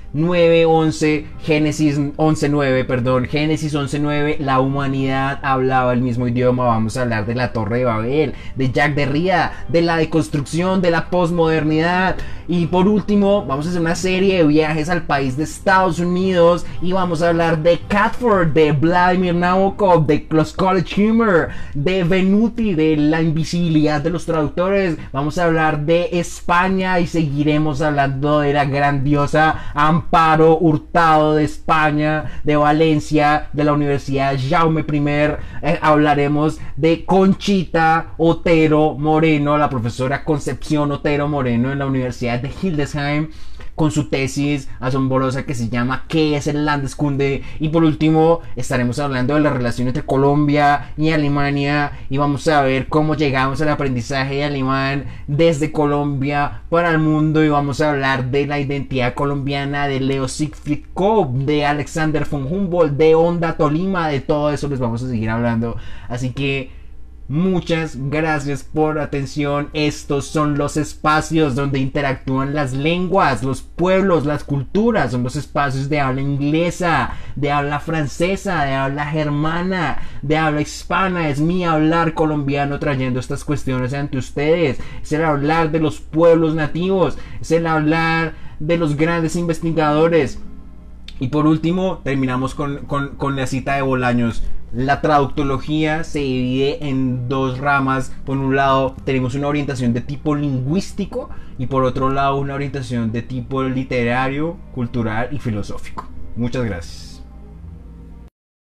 nueve once, Génesis once nueve, perdón, Génesis once nueve, la humanidad hablaba el mismo idioma. Vamos a hablar de la Torre de Babel, de Jacques Derrida, de la deconstrucción, de la posmodernidad. Y por último, vamos a hacer una serie de viajes al país de Estados Unidos y vamos a hablar de Catford, de Vladimir Nabokov, de los College Humor, de Venuti, de la invisibilidad de los traductores. Vamos a hablar de España y seguiremos hablando de la grandiosa Amparo Hurtado de España, de Valencia, de la Universidad Jaume primero. Eh, hablaremos de Conchita Otero Moreno, la profesora Concepción Otero Moreno en la Universidad de Hildesheim, con su tesis asombrosa que se llama ¿Qué es el Landeskunde? Y por último estaremos hablando de la relación entre Colombia y Alemania y vamos a ver cómo llegamos al aprendizaje de alemán desde Colombia para el mundo, y vamos a hablar de la identidad colombiana de Leo Siegfried Kopp, de Alexander von Humboldt, de Honda Tolima. De todo eso les vamos a seguir hablando, así que muchas gracias por la atención. Estos son los espacios donde interactúan las lenguas, los pueblos, las culturas. Son los espacios de habla inglesa, de habla francesa, de habla germana, de habla hispana. Es mi hablar colombiano trayendo estas cuestiones ante ustedes. Es el hablar de los pueblos nativos, es el hablar de los grandes investigadores. Y por último terminamos con, con, con la cita de Bolaños. La traductología se divide en dos ramas. Por un lado tenemos una orientación de tipo lingüístico y por otro lado una orientación de tipo literario, cultural y filosófico. Muchas gracias.